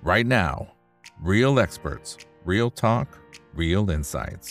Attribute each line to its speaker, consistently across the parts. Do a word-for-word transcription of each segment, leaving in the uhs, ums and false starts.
Speaker 1: right now. Real experts, real talk, real insights.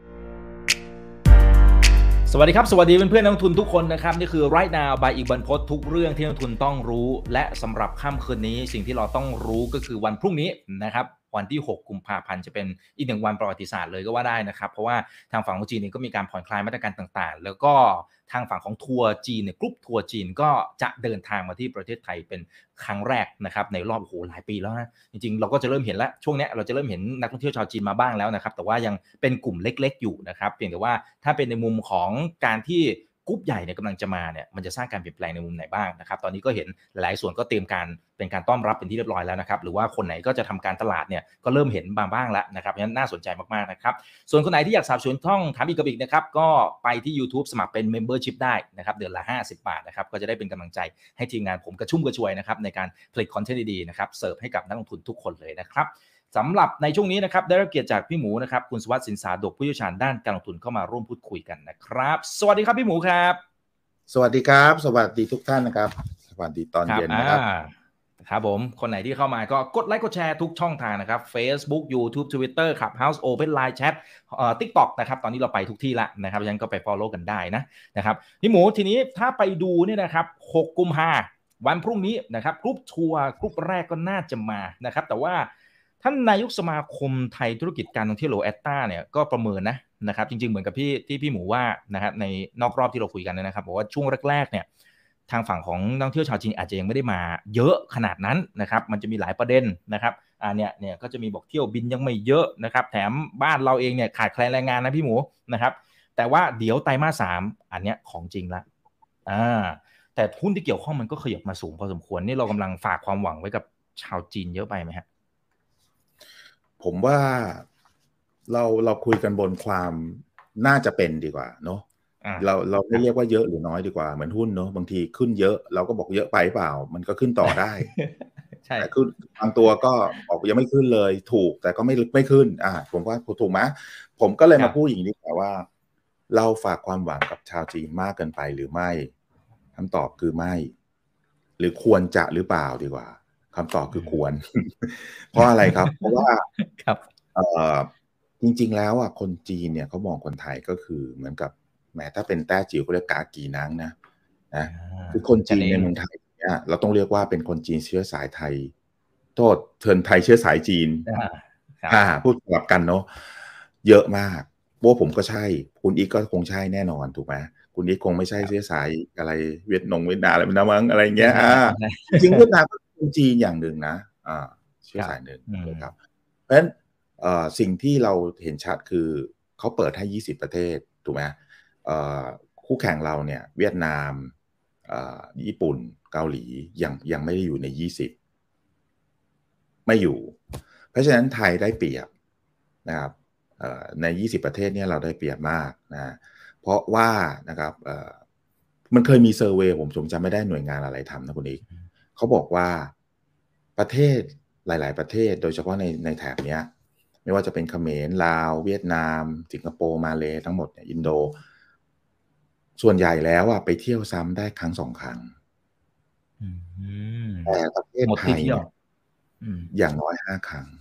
Speaker 2: สวัสดีครับสวัสดีเพื่อนๆนักลงทุนทุกคนนะครับนี่คือ Right Now by อีกบรรพตทุกเรื่องที่นักลงทุนต้องรู้และสำหรับค่ำคืนนี้สิ่งที่เราต้องรู้ก็คือวันพรุ่งนี้นะครับวันที่หกกุมภาพันธ์จะเป็นอีกหนึ่งวันประวัติศาสตร์เลยก็ว่าได้นะครับเพราะว่าทางฝั่งของจีนเองก็มีการผ่อนคลายมาตรการต่างๆแล้วก็ทางฝั่งของทัวร์จีนเนี่ยกรุ๊ปทัวร์จีนก็จะเดินทางมาที่ประเทศไทยเป็นครั้งแรกนะครับในรอบโอ้โหหลายปีแล้วนะจริงๆเราก็จะเริ่มเห็นแล้วช่วงนี้เราจะเริ่มเห็นนักท่องเที่ยวชาวจีนมาบ้างแล้วนะครับแต่ว่ายังเป็นกลุ่มเล็กๆอยู่นะครับเพียงแต่ว่าถ้าเป็นในมุมของการที่กรุ๊ปใหญ่เนี่ยกำลังจะมาเนี่ยมันจะสร้างการเปลี่ยนแปลงในมุมไหนบ้างนะครับตอนนี้ก็เห็นหลายส่วนก็เตรียมการเป็นการต้อนรับเป็นที่เรียบร้อยแล้วนะครับหรือว่าคนไหนก็จะทำการตลาดเนี่ยก็เริ่มเห็นบางบ้างแล้วนะครับงั้นน่าสนใจมากๆนะครับส่วนคนไหนที่อยากสนับสนุนช่องถามอีกกับอีกนะครับก็ไปที่ YouTube สมัครเป็น Membership ได้นะครับเดือนละห้าสิบบาทนะครับก็จะได้เป็นกำลังใจให้ทีมงานผมกระชุ่มกระชวยนะครับในการผลิตคอนเทนต์ดีๆนะครับเสิร์ฟให้กับนักลงทุนทุกคนเลยนะครับสำหรับในช่วงนี้นะครับได้รับเกียรติจากพี่หมูนะครับคุณสุวัสดิ์สินสาดกผู้เชี่ยวชาญด้านการลงทุนเข้ามาร่วมพูดคุยกันนะครับสวัสดีครับพี่หมูครับ
Speaker 3: สวัสดีครับสวัสดีทุกท่านนะครับสวัสดีตอนเย็นนะครับ
Speaker 2: ครับผมคนไหนที่เข้ามาก็กดไลค์กดแชร์ทุกช่องทางนะครับ Facebook YouTube Twitter Clubhouse Open ไลน์ Chat เอ่อ TikTok นะครับตอนนี้เราไปทุกที่ละนะครับฉะนั้นก็ไป follow กันได้นะนะครับพี่หมูทีนี้ถ้าไปดูเนี่ยนะครับหกกุมภาพันธ์วันพรุ่งนี้นะครับกรุ๊ปทัวร์กรุ๊ปแรกก็น่าจะมานะครับแต่ว่าท่านนายกสมาคมไทยธุรกิจการท่องเที่ยวหรือแอตตาเนี่ยก็ประเมินนะนะครับจริงๆเหมือนกับพี่ที่พี่หมูว่านะครับในนอกรอบที่เราคุยกันนะครับบอกว่าช่วงแรกๆเนี่ยทางฝั่งของนักท่องเที่ยวชาวจีนอาจจะยังไม่ได้มาเยอะขนาดนั้นนะครับมันจะมีหลายประเด็นนะครับอ่าเนี่ยเนี่ยก็จะมีบอกเที่ยวบินยังไม่เยอะนะครับแถมบ้านเราเองเนี่ยขาดแคลนแรงงานนะพี่หมูนะครับแต่ว่าเดี๋ยวไตรมาสสามอันเนี้ยของจริงละอ่าแต่หุ้นที่เกี่ยวข้องมันก็ขยับมาสูงพอสมควรนี่เรากำลังฝากความหวังไว้กับชาวจีนเยอะไปไหมฮะ
Speaker 3: ผมว่าเราเราคุยกันบนความน่าจะเป็นดีกว่าเนาะเราเราไม่เรียกว่าเยอะหรือน้อยดีกว่าเหมือนหุ้นเนาะบางทีขึ้นเยอะเราก็บอกเยอะไปเปล่ามันก็ขึ้นต่อได้ใช่แต่ขึ้นบางตัวก็บอกยังไม่ขึ้นเลยถูกแต่ก็ไม่ไม่ขึ้นอ่าผมว่าถูกไหมผมก็เลยมาพูดอย่างนี้แต่ว่าเราฝากความหวังกับชาวจีนมากเกินไปหรือไม่คำตอบคือไม่หรือควรจะหรือเปล่าดีกว่าคำตอบคือควร เพราะอะไรครับเพราะว่า
Speaker 2: ครับ
Speaker 3: เอ่อจริงๆแล้วอ่ะคนจีนเนี่ยเขามองคนไทยก็คือเหมือนกับแม้ถ้าเป็นแต้จิ๋วเขาเรียกกากีนังนะนะคือคนจีนในเมืองไทยเนี่ยเราต้องเรียกว่าเป็นคนจีนเชื้อสายไทยโทษเทินไทยเชื้อสายจีนอ่าพูดสลับกันเนาะเยอะมากพวกผมก็ใช่คุณอีกก็คงใช่แน่นอนถูกไหมคุณอีกคงไม่ใช่เชื้อสายอะไรเวียดนงเวียดนามอะไรนะมั้งอะไรเงี้ยอ่าจริงเวียดนามก็เป็นจีนอย่างหนึ่งนะอ่าเชื้อสายหนึ่งนะครับเพราะฉะนั้นสิ่งที่เราเห็นชัดคือเขาเปิดให้ยี่สิบประเทศถูกไหมคู่แข่งเราเนี่ยเวียดนามญี่ปุ่นเกาหลียังยังไม่ได้อยู่ในยี่สิบไม่อยู่เพราะฉะนั้นไทยได้เปรียบนะครับในยี่สิบประเทศเนี่ยเราได้เปรียบมากนะเพราะว่านะครับมันเคยมีเซอร์เวย์ผมผมจำไม่ได้หน่วยงานอะไรทำนะคุณอีกเขาบอกว่าประเทศหลายๆประเทศโดยเฉพาะในในแถบเนี้ยไม่ว่าจะเป็นเขมรลาวเวียดนามสิงคโปร์มาเลทั้งหมดเนี่ยอินโดส่วนใหญ่แล้วอ่ะไปเที่ยวซ้ำได้ครั้งสองครั้งแต่ประเทศไทยเนี่ยอย่างน้อยห้าครั้ง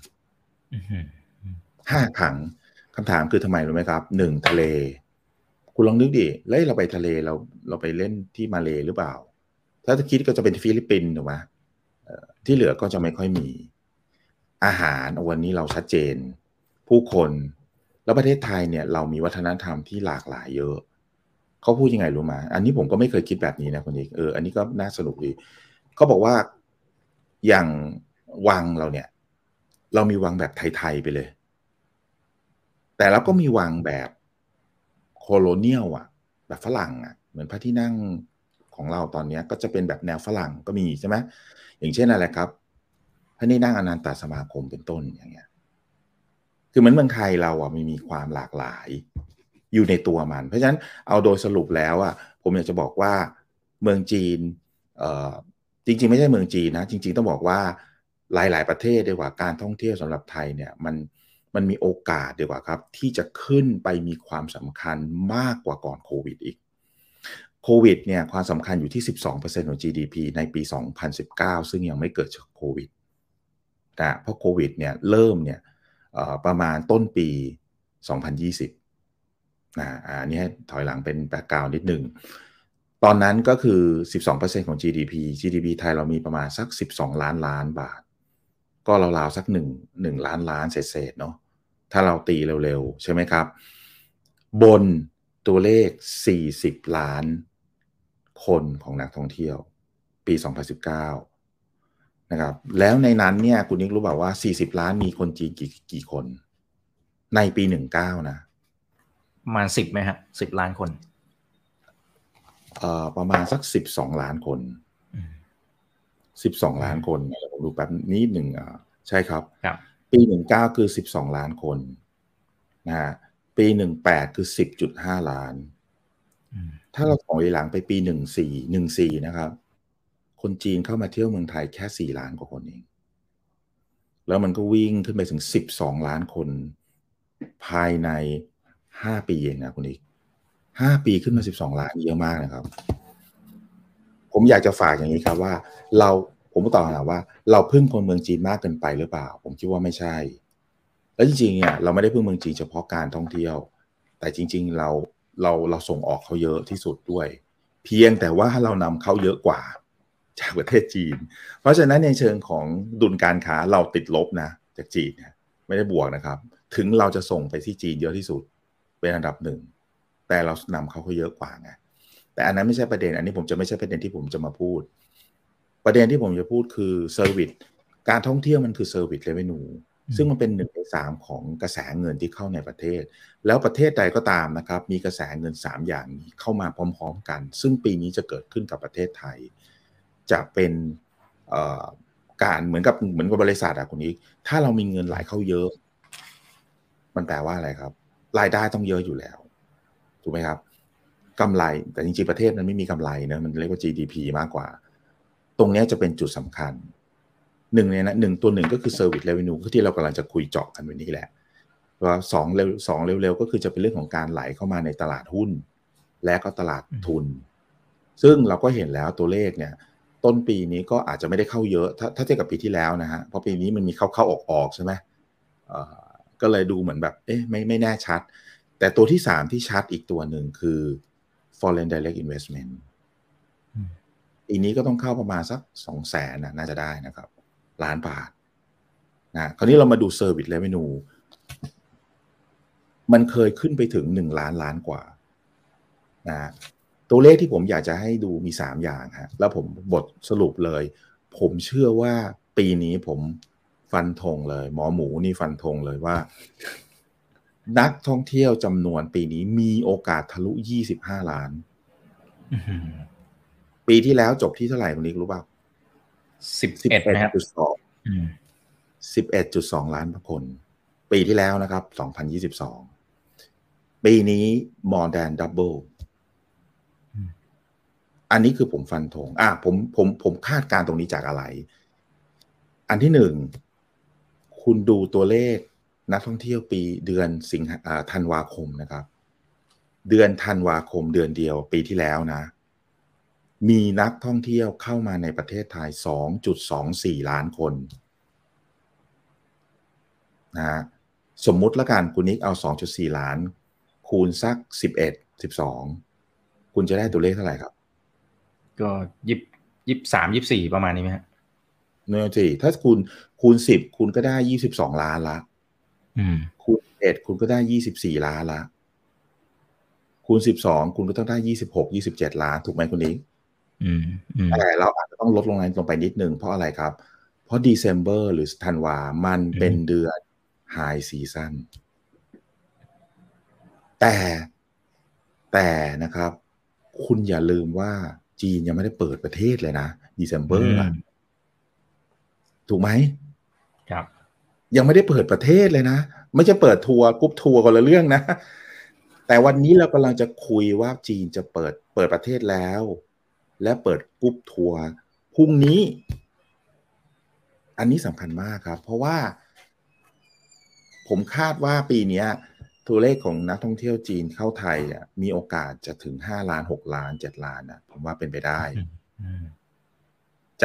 Speaker 3: ห้าครั้งคำถามคือทำไมรู้ไหมครับหนึ่งทะเลคุณลองนึกดิแล้วเราไปทะเลเราเราไปเล่นที่มาเลหรือเปล่าถ้าจะคิดก็จะเป็นฟิลิปปินส์ถูกไหมที่เหลือก็จะไม่ค่อยมีอาหารวันนี้เราชัดเจนผู้คนแล้วประเทศไทยเนี่ยเรามีวัฒนธรรมที่หลากหลายเยอะเขาพูดยังไงรู้ไหมอันนี้ผมก็ไม่เคยคิดแบบนี้นะคนนี้เอออันนี้ก็น่าสนุกดีเขาบอกว่าอย่างวังเราเนี่ยเรามีวังแบบไทยๆไปเลยแต่เราก็มีวังแบบโคโลเนียลอ่ะแบบฝรั่งอ่ะเหมือนพระที่นั่งของเราตอนนี้ก็จะเป็นแบบแนวฝรั่งก็มีใช่ไหมอย่างเช่นอะไรครับพระที่นั่งอนันตสมาคมเป็นต้นอย่างเงี้ยคือเหมือนเมืองไทยเราอ่ะมีมีความหลากหลายอยู่ในตัวมันเพราะฉะนั้นเอาโดยสรุปแล้วอ่ะผมอยากจะบอกว่าเมืองจีนเอ่อจริงๆไม่ใช่เมืองจีนนะจริงๆต้องบอกว่าหลายๆประเทศดีกว่าการท่องเที่ยวสำหรับไทยเนี่ยมันมันมีโอกาสดีกว่าครับที่จะขึ้นไปมีความสำคัญมากกว่าก่อนโควิดอีกโควิดเนี่ยความสำคัญอยู่ที่ สิบสองเปอร์เซ็นต์ ของ จี ดี พี ในปีสองพันสิบเก้าซึ่งยังไม่เกิดจากโควิดนะเพราะโควิดเนี่ยเริ่มเนี่ยประมาณต้นปีสองพันยี่สิบนะอันนี้ให้ถอยหลังเป็นแบ็คกราวด์นิดหนึ่งตอนนั้นก็คือ สิบสองเปอร์เซ็นต์ ของ จี ดี พี จี ดี พี ไทยเรามีประมาณสักสิบสองล้านล้านบาทก็ราวๆสักหนึ่ง หนึ่งล้านล้านเศษๆเนาะถ้าเราตีเร็วๆใช่ไหมครับบนตัวเลขสี่สิบล้านคนของนักท่องเที่ยวปีสองพันสิบเก้านะครับแล้วในนั้นเนี่ยคุณนิกรู้เปล่าว่าสี่สิบล้านมีคนจีนกี่กี่คนในปีสิบเก้านะ
Speaker 2: ประมาณสิบมั้ยฮะสิบล้านคน
Speaker 3: เอ่อประมาณสักสิบสองล้านคนสิบสองล้านคนผมดูแป๊บนิดนึงอ่าใช่ครับ
Speaker 2: ครับ
Speaker 3: ปีสิบเก้าคือสิบสองล้านคนนะฮะปีสิบแปดคือ สิบจุดห้า ล้านถ้าเราถอยหลังไปปีสิบสี่ สิบสี่นะครับคนจีนเข้ามาเที่ยวเมืองไทยแค่สี่ล้านกว่าคนเองแล้วมันก็วิ่งขึ้นไปถึงสิบสองล้านคนภายในห้าปีเองนะคุณอีกห้าปีขึ้นมาสิบสองล้านเยอะมากนะครับผมอยากจะฝากอย่างนี้ครับว่าเราผมตอบนะว่าเราพึ่งคนเมืองจีนมากเกินไปหรือเปล่าผมคิดว่าไม่ใช่แล้วจริงๆเนี่ยเราไม่ได้พึ่งเมืองจีนเฉพาะการท่องเที่ยวแต่จริงๆเราเราเราส่งออกเขาเยอะที่สุดด้วยเพียงแต่ว่าเรานำเขาเยอะกว่าจากประเทศจีนเพราะฉะนั้นในเชิงของดุลการค้าเราติดลบนะจากจีนเนี่ยไม่ได้บวกนะครับถึงเราจะส่งไปที่จีนเยอะที่สุดเป็นอันดับหนึ่งแต่เรานำเขาเขาเยอะกว่าไงแต่อันนั้นไม่ใช่ประเด็นอันนี้ผมจะไม่ใช่ประเด็นที่ผมจะมาพูดประเด็นที่ผมจะพูดคือเซอร์วิสการท่องเที่ยวมันคือเซอร์วิสเรเวนูซึ่งมันเป็นหนึ่งในสามของกระแสเงินที่เข้าในประเทศแล้วประเทศใดก็ตามนะครับมีกระแสเงินสามอย่างนี้เข้ามาพร้อมๆกันซึ่งปีนี้จะเกิดขึ้นกับประเทศไทยจะเป็นการเหมือนกับเหมือนกับบริษัทอะคุณอีกถ้าเรามีเงินไหลเข้าเยอะมันแปลว่าอะไรครับรายได้ต้องเยอะอยู่แล้วถูกไหมครับกำไรแต่จริงๆประเทศนั้นไม่มีกำไรนะมันเรียกว่า จี ดี พี มากกว่าตรงนี้จะเป็นจุดสำคัญหนึ่งเนี่ยนะหนึ่งตัวหนึ่งก็คือ Service Revenue ที่เรากำลังจะคุยเจาะกันวันนี้แหละว่าสองเร็วสองเร็วๆก็คือจะเป็นเรื่องของการไหลเข้ามาในตลาดหุ้นและก็ตลาดทุนซึ่งเราก็เห็นแล้วตัวเลขเนี่ยต้นปีนี้ก็อาจจะไม่ได้เข้าเยอะถ้าถ้าเทียบกับปีที่แล้วนะฮะเพราะปีนี้มันมีเข้าเข้าออกออกใช่ไหมก็เลยดูเหมือนแบบเอ๊ะไม่ไม่แน่ชัดแต่ตัวที่สามที่ชัดอีกตัวหนึ่งคือ foreign direct investment ปีนี้ก็ต้องเข้าประมาณสักสองแสนนะน่าจะได้นะครับล้านบาทนะคราวนี้เรามาดู service revenue มันเคยขึ้นไปถึงหนึ่งล้านล้านกว่านะตัวเลขที่ผมอยากจะให้ดูมีสามอย่างฮะแล้วผมบทสรุปเลยผมเชื่อว่าปีนี้ผมฟันธงเลยหมอหมูนี่ฟันธงเลยว่านักท่องเที่ยวจำนวนปีนี้มีโอกาสทะลุยี่สิบห้าล้านปีที่แล้วจบที่เท่าไหร่คุณนิกรู้ป่าว
Speaker 2: สิบเอ็ดนะครับ
Speaker 3: สิบเอ็ดจุดสอง ล้านคนปีที่แล้วนะครับสองพันยี่สิบสองปีนี้ more than double อันนี้คือผมฟันธงอ่ะผมผมผมคาดการณ์ตรงนี้จากอะไรอันที่หนึ่งคุณดูตัวเลขนักท่องเที่ยวปีเดือนสิงหาธันวาคมนะครับเดือนธันวาคมเดือนเดียวปีที่แล้วนะมีนักท่องเที่ยวเข้ามาในประเทศไทย สองจุดสองสี่ ล้านคนนะฮะสมมุติละกันคุณนิกเอา สองจุดสี่ ล้านคูณสักสิบเอ็ด สิบสองคุณจะได้ตัวเลขเท่าไหร่ครับ
Speaker 2: ก็ยี่สิบ ยี่สิบสาม ยี่สิบสี่ประมาณนี้มั้ยฮะ
Speaker 3: เนอะสิถ้าคุณคูณสิบคุณก็ได้ยี่สิบสองล้านละ
Speaker 2: อืม
Speaker 3: คูณสิบเอ็ดคุณก็ได้ยี่สิบสี่ล้านละคูณสิบสองคุณก็ต้องได้ยี่สิบหก ยี่สิบเจ็ดล้านถูกไหมคุณนิก
Speaker 2: อืม
Speaker 3: แต่เราอาจจะต้องลดลงลงไปนิดนึงเพราะอะไรครับเพราะ December หรือธันวามันเป็นเดือน High Season แต่แต่นะครับคุณอย่าลืมว่าจีนยังไม่ได้เปิดประเทศเลยนะ December อ่ะถูกไหม
Speaker 2: ครับ
Speaker 3: ยังไม่ได้เปิดประเทศเลยนะไม่ใช่เปิดทัวร์กรุ๊ปทัวร์คนละเรื่องนะแต่วันนี้เรากำลังจะคุยว่าจีนจะเปิดเปิดประเทศแล้วและเปิดกรุ๊ปทัวร์พรุ่งนี้อันนี้สำคัญมากครับเพราะว่าผมคาดว่าปีนี้ตัวเลขของนักท่องเที่ยวจีนเข้าไทยอ่ะมีโอกาสจะถึงห้าล้านหกล้านเจ็ดล้านนะผมว่าเป็นไปได้จาก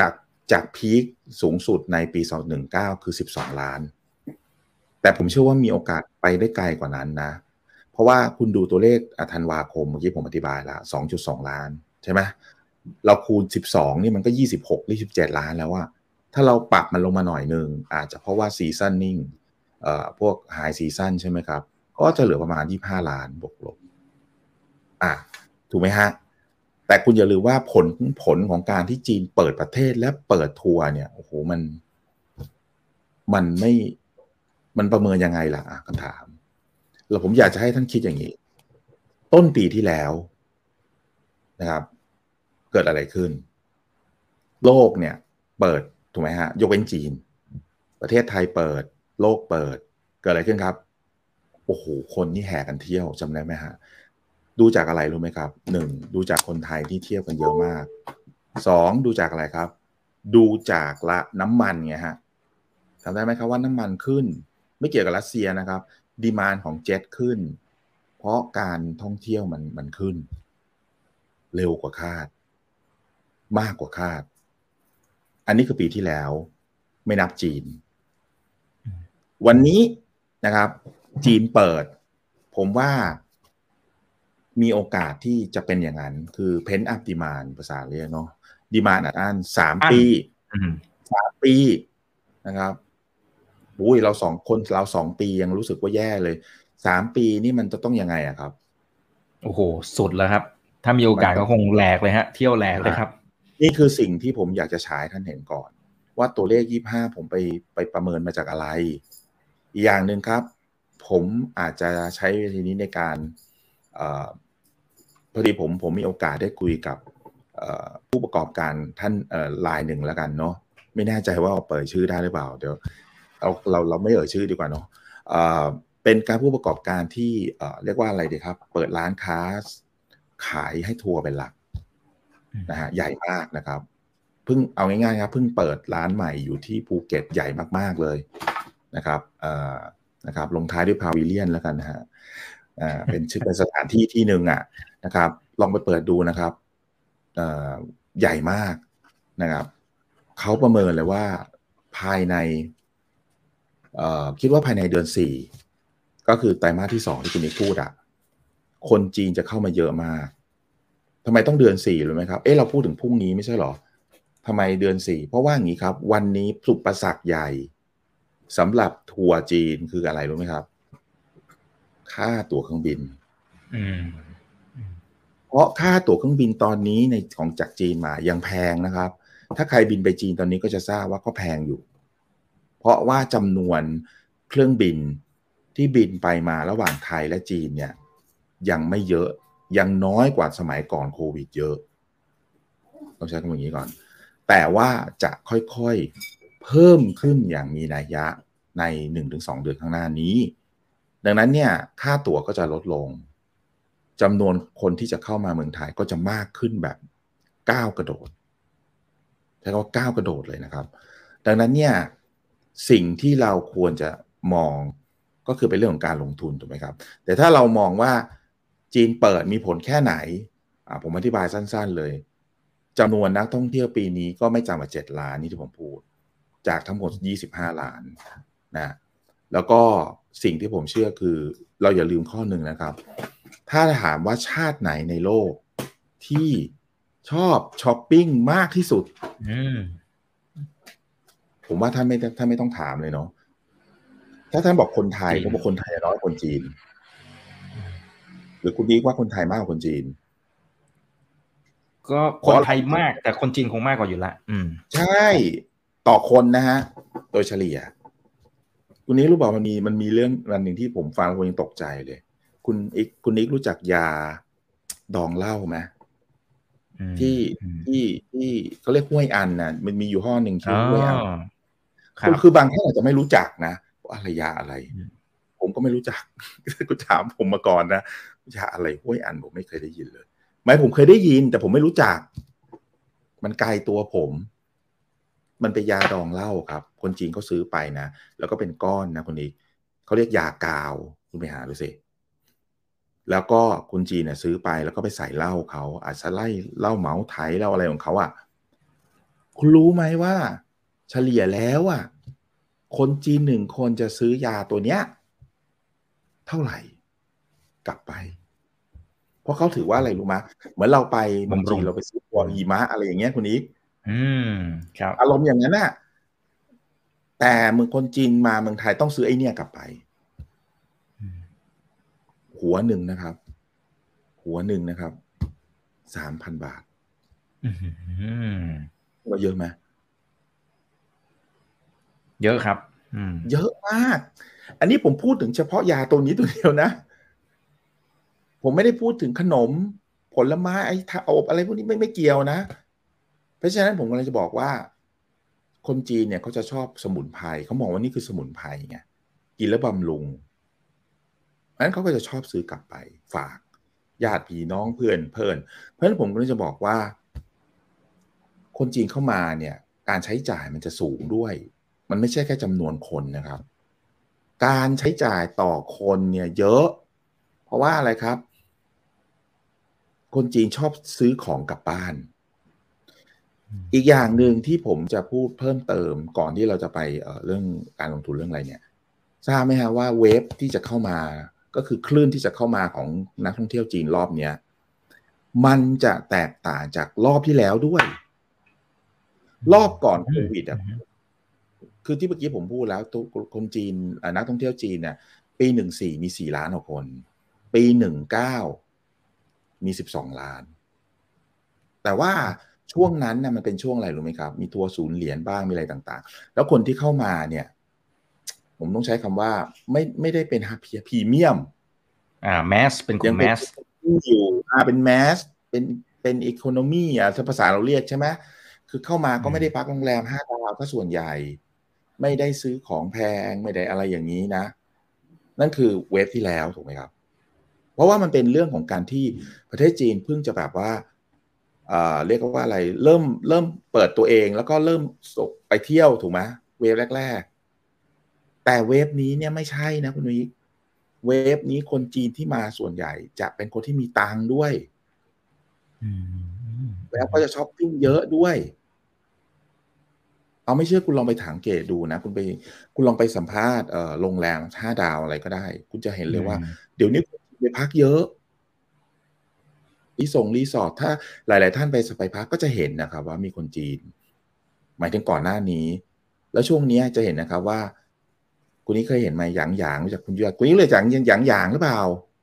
Speaker 3: จากพีคสูงสุดในปีสองพันสิบเก้าคือสิบสองล้านแต่ผมเชื่อว่ามีโอกาสไปได้ไกลกว่านั้นนะเพราะว่าคุณดูตัวเลขธันวาคมเมื่อกี้ผมอธิบายแล้ว สองจุดสอง ล้านใช่ไหมเราคูณสิบสองนี่มันก็ยี่สิบหก ยี่สิบเจ็ดล้านแล้วว่าถ้าเราปรับมันลงมาหน่อยนึงอาจจะเพราะว่าซีซั่นนิ่งเอ่อพวกไฮซีซั่นใช่ไหมครับก็จะเหลือประมาณยี่สิบห้าล้านบวกลบอ่ะถูกไหมฮะแต่คุณอย่าลืมว่าผลผลของการที่จีนเปิดประเทศและเปิดทัวร์เนี่ยโอ้โหมันมันไม่มันประเมินยังไงล่ะคำถามแล้วผมอยากจะให้ท่านคิดอย่างนี้ต้นปีที่แล้วนะครับเกิดอะไรขึ้นโลกเนี่ยเปิดถูกไหมฮะยกเว้นจีนประเทศไทยเปิดโลกเปิดเกิดอะไรขึ้นครับโอ้โหคนนี่แห่กันเที่ยวจำได้ไหมฮะดูจากอะไรรู้ไหมครับหนึ่งดูจากคนไทยที่เที่ยวกันเยอะมากสองดูจากอะไรครับดูจากละน้ำมันไงฮะจำได้ไหมครับว่าน้ำมันขึ้นไม่เกี่ยวกับรัสเซียนะครับดีมานด์ของเจ็ตขึ้นเพราะการท่องเที่ยวมันมันขึ้นเร็วกว่าคาดมากกว่าคาดอันนี้คือปีที่แล้วไม่นับจีนวันนี้นะครับจีนเปิดผมว่ามีโอกาสที่จะเป็นอย่างนั้นคือเพนท์อัพดีมานด์ภาษาเรียกเนาะดีมานด์อัดอั้นสามปีสามปีนะครับอุ้ยเราสองคนเราสองปียังรู้สึกว่าแย่เลยสามปีนี่มันจะต้องยังไงอะครับ
Speaker 2: โอ้โหสุดแล้วครับถ้ามีโอกาสก็คงแหลกเลยฮะเที่ยวแหลกเลยครับ
Speaker 3: นี่คือสิ่งที่ผมอยากจะฉายท่านเห็นก่อนว่าตัวเลขยี่สิบห้าผมไปไปประเมินมาจากอะไรอีกอย่างหนึ่งครับผมอาจจะใช้วิธีนี้ในการเอ่อพอดีผมผมมีโอกาสได้คุยกับผู้ประกอบการท่านรายหนึ่งแล้วกันเนาะไม่แน่ใจว่าเปิดชื่อได้หรือเปล่าเดี๋ยวเราเราเราไม่เอ่ยชื่อดีกว่าเนาะเป็นการผู้ประกอบการที่เรียกว่าอะไรดีครับเปิดร้านค้าขายให้ทัวร์เป็นหลักนะฮะใหญ่มากนะครับเพิ่งเอาง่ายๆครับเพิ่งเปิดร้านใหม่อยู่ที่ภูเก็ตใหญ่มากๆเลยนะครับนะครับลงท้ายด้วยพาวิเลียนแล้วกันนะฮะเป็นชื่อเป็นสถานที่ที่หนึ่งอ่ะนะครับลองไปเปิดดูนะครับใหญ่มากนะครับเขาประเมินเลยว่าภายในคิดว่าภายในเดือนสี่ก็คือไตรมาสที่สองที่คุณนิกพูดอ่ะคนจีนจะเข้ามาเยอะมากทำไมต้องเดือนสี่รู้ไหมครับเอ๊ะเราพูดถึงพรุ่งนี้ไม่ใช่หรอทำไมเดือนสี่เพราะว่าอย่างนี้ครับวันนี้อุปสรรคใหญ่สำหรับทัวร์จีนคืออะไรรู้ไหมครับค่าตั๋วเครื่องบินเพราะค่าตั๋วเครื่องบินตอนนี้ในของจากจีนมายังแพงนะครับถ้าใครบินไปจีนตอนนี้ก็จะทราบว่าก็แพงอยู่เพราะว่าจำนวนเครื่องบินที่บินไปมาระหว่างไทยและจีนเนี่ยยังไม่เยอะยังน้อยกว่าสมัยก่อนโควิดเยอะต้องใช้คำอย่างนี้ก่อนแต่ว่าจะค่อยๆเพิ่มขึ้นอย่างมีนัยยะใน หนึ่งถึงสอง เดือนข้างหน้านี้ดังนั้นเนี่ยค่าตั๋วก็จะลดลงจำนวนคนที่จะเข้ามาเมืองไทยก็จะมากขึ้นแบบก้าวกระโดดใช้คำว่าก้าวกระโดดเลยนะครับดังนั้นเนี่ยสิ่งที่เราควรจะมองก็คือเป็นเรื่องของการลงทุนถูกไหมครับแต่ถ้าเรามองว่าจีนเปิดมีผลแค่ไหนผมอธิบายสั้นๆเลยจำนวนนักท่องเที่ยวปีนี้ก็ไม่ต่ำกว่าเจ็ดล้านนี่ที่ผมพูดจากทั้งหมดยี่สิบห้าล้านนะแล้วก็สิ่งที่ผมเชื่อคือเราอย่าลืมข้อหนึ่งนะครับถ้าถามว่าชาติไหนในโลกที่ชอบช้อปปิ้งมากที่สุดผมว่าท่านไม่ท่านไม่ต้องถามเลยเนาะถ้าท่านบอกคนไทยผมบอกคนไทยน้อยคนจีนหรือคุณดีว่าคนไทยมากกว่าคนจีน
Speaker 2: ก็คนไทยมากแต่คนจีนคงมากกว่าอยู่ละอืม
Speaker 3: ใช่ต่อคนนะฮะโดยเฉลี่ยคุณนี้รู้เปล่ามันมีมันมีเรื่องอันหนึ่งที่ผมฟังแล้วผมยังตกใจเลยคุณอีกคุณนิกรู้จักยาดองเหล้าไหมที่ที่ที่เขาเรียกห้วยอันนะมันมีอยู่ห้อหนึ่งชื่อห้วยอันคือคือบางท่านอาจจะไม่รู้จักนะอะไรยาอะไรผมก็ไม่รู้จักก็ถามผมมาก่อนนะยาอะไรห้วยอันผมไม่เคยได้ยินเลยไม่ผมเคยได้ยินแต่ผมไม่รู้จักมันไกลตัวผมมันเป็นยาดองเหล้าครับคนจีนเขาซื้อไปนะแล้วก็เป็นก้อนนะคนนี้เขาเรียกยากาวคุณไปหาดูสิแล้วก็คนจีนเนี่ยซื้อไปแล้วก็ไปใส่เหล้าเขาอาจจะไล่เหล้าเหมาไถเหล้าอะไรของเขาอ่ะคุณรู้ไหมว่าเฉลี่ยแล้วอ่ะคนจีนหนึ่งคนจะซื้อยาตัวเนี้ยเท่าไหร่กลับไปเพราะเขาถือว่าอะไรรู้ไหมเหมือนเราไปเมืองจีนเราไปซื้อตัวหิมะอะไรอย่างเงี้ยคุณอีก
Speaker 2: อืมครับ
Speaker 3: อารมณ์อย่างนั้นน่ะแต่เมืองคนจีนมาเมืองไทยต้องซื้อไอ้เนี่ยกลับไปหัวหนึ่งนะครับ หัวหนึ่งนะครับสามพันบาทว่าเยอะไหม
Speaker 2: เยอะครับ
Speaker 3: เยอะมากอันนี้ผมพูดถึงเฉพาะยาตัวนี้ตัวเดียวนะผมไม่ได้พูดถึงขนมผลไม้ไอ้ทาอบอะไรพวกนี้ไม่ไม่เกี่ยวนะเพราะฉะนั้นผมกำลังจะบอกว่าคนจีนเนี่ยเขาจะชอบสมุนไพรเขามองว่านี่คือสมุนไพรไงกินแล้วบำรุงเพราะฉะนั้นเขาก็จะชอบซื้อกลับไปฝากญาติพี่น้องเพื่อนเพื่อนเพราะฉะนั้นผมก็เลยจะบอกว่าคนจีนเข้ามาเนี่ยการใช้จ่ายมันจะสูงด้วยมันไม่ใช่แค่จำนวนคนนะครับการใช้จ่ายต่อคนเนี่ยเยอะเพราะว่าอะไรครับคนจีนชอบซื้อของกลับบ้านอีกอย่างหนึ่งที่ผมจะพูดเพิ่มเติมก่อนที่เราจะไปเอ่อเรื่องการลงทุนเรื่องอะไรเนี่ยทราบไหมฮะว่าเวฟที่จะเข้ามาก็คือคลื่นที่จะเข้ามาของนักท่องเที่ยวจีนรอบเนี้ยมันจะแตกต่างจากรอบที่แล้วด้วยรอบก่อนโควิดอ่ะคือที่เมื่อกี้ผมพูดแล้วคนจีนนักท่องเที่ยวจีนเนี่ยปีหนึ่งสี่มีสี่ล้านกว่าคนปีหนึ่งเก้ามีสิบสองล้านแต่ว่าช่วงนั้นนะมันเป็นช่วงอะไรรู้ไหมครับมีทัวร์ศูนย์เหรียญบ้างมีอะไรต่างๆแล้วคนที่เข้ามาเนี่ยผมต้องใช้คำว่าไม่ไม่ได้เป็นพรีเมียม
Speaker 2: อ่าแมสเป็นกลุ่มแมส
Speaker 3: อยู่อ่าเป็นแมสเป็นเป็นอีโคโนมีอ่ะภาษาเราเรียกใช่ไหมคือเข้ามาก็ไม่ได้พักโรงแรมห้าดาวก็ส่วนใหญ่ไม่ได้ซื้อของแพงไม่ได้อะไรอย่างนี้นะนั่นคือเวฟที่แล้วถูกไหมครับเพราะว่ามันเป็นเรื่องของการที่ประเทศจีนเพิ่งจะแบบว่าเอ่อเรียกว่าอะไรเริ่มเริ่มเปิดตัวเองแล้วก็เริ่มไปเที่ยวถูกไหมเวฟแรกๆแต่เวฟนี้เนี่ยไม่ใช่นะคุณนุ้ยเวฟนี้คนจีนที่มาส่วนใหญ่จะเป็นคนที่มีตังค์ด้วยแล้วก็จะช้อปปิ้งเยอะด้วยเอาไม่เชื่อคุณลองไปถามเกตดูนะคุณไปคุณลองไปสัมภาษณ์เอ่อโรงแรมห้าดาวอะไรก็ได้คุณจะเห็นเลยว่าเดี๋ยวนี้ไปพักเยอะรีสอร์ทรีสอร์ทถ้าหลายๆท่านไปสไปพักก็จะเห็นนะครับว่ามีคนจีนหมายถึงก่อนหน้านี้แล้วช่วงนี้จะเห็นนะครับว่าคุณนี้เคยเห็นไหมหยางหยางรู้จักคุณยุทธคุณนี้เลยหยางหยางหยางหรือเปล่า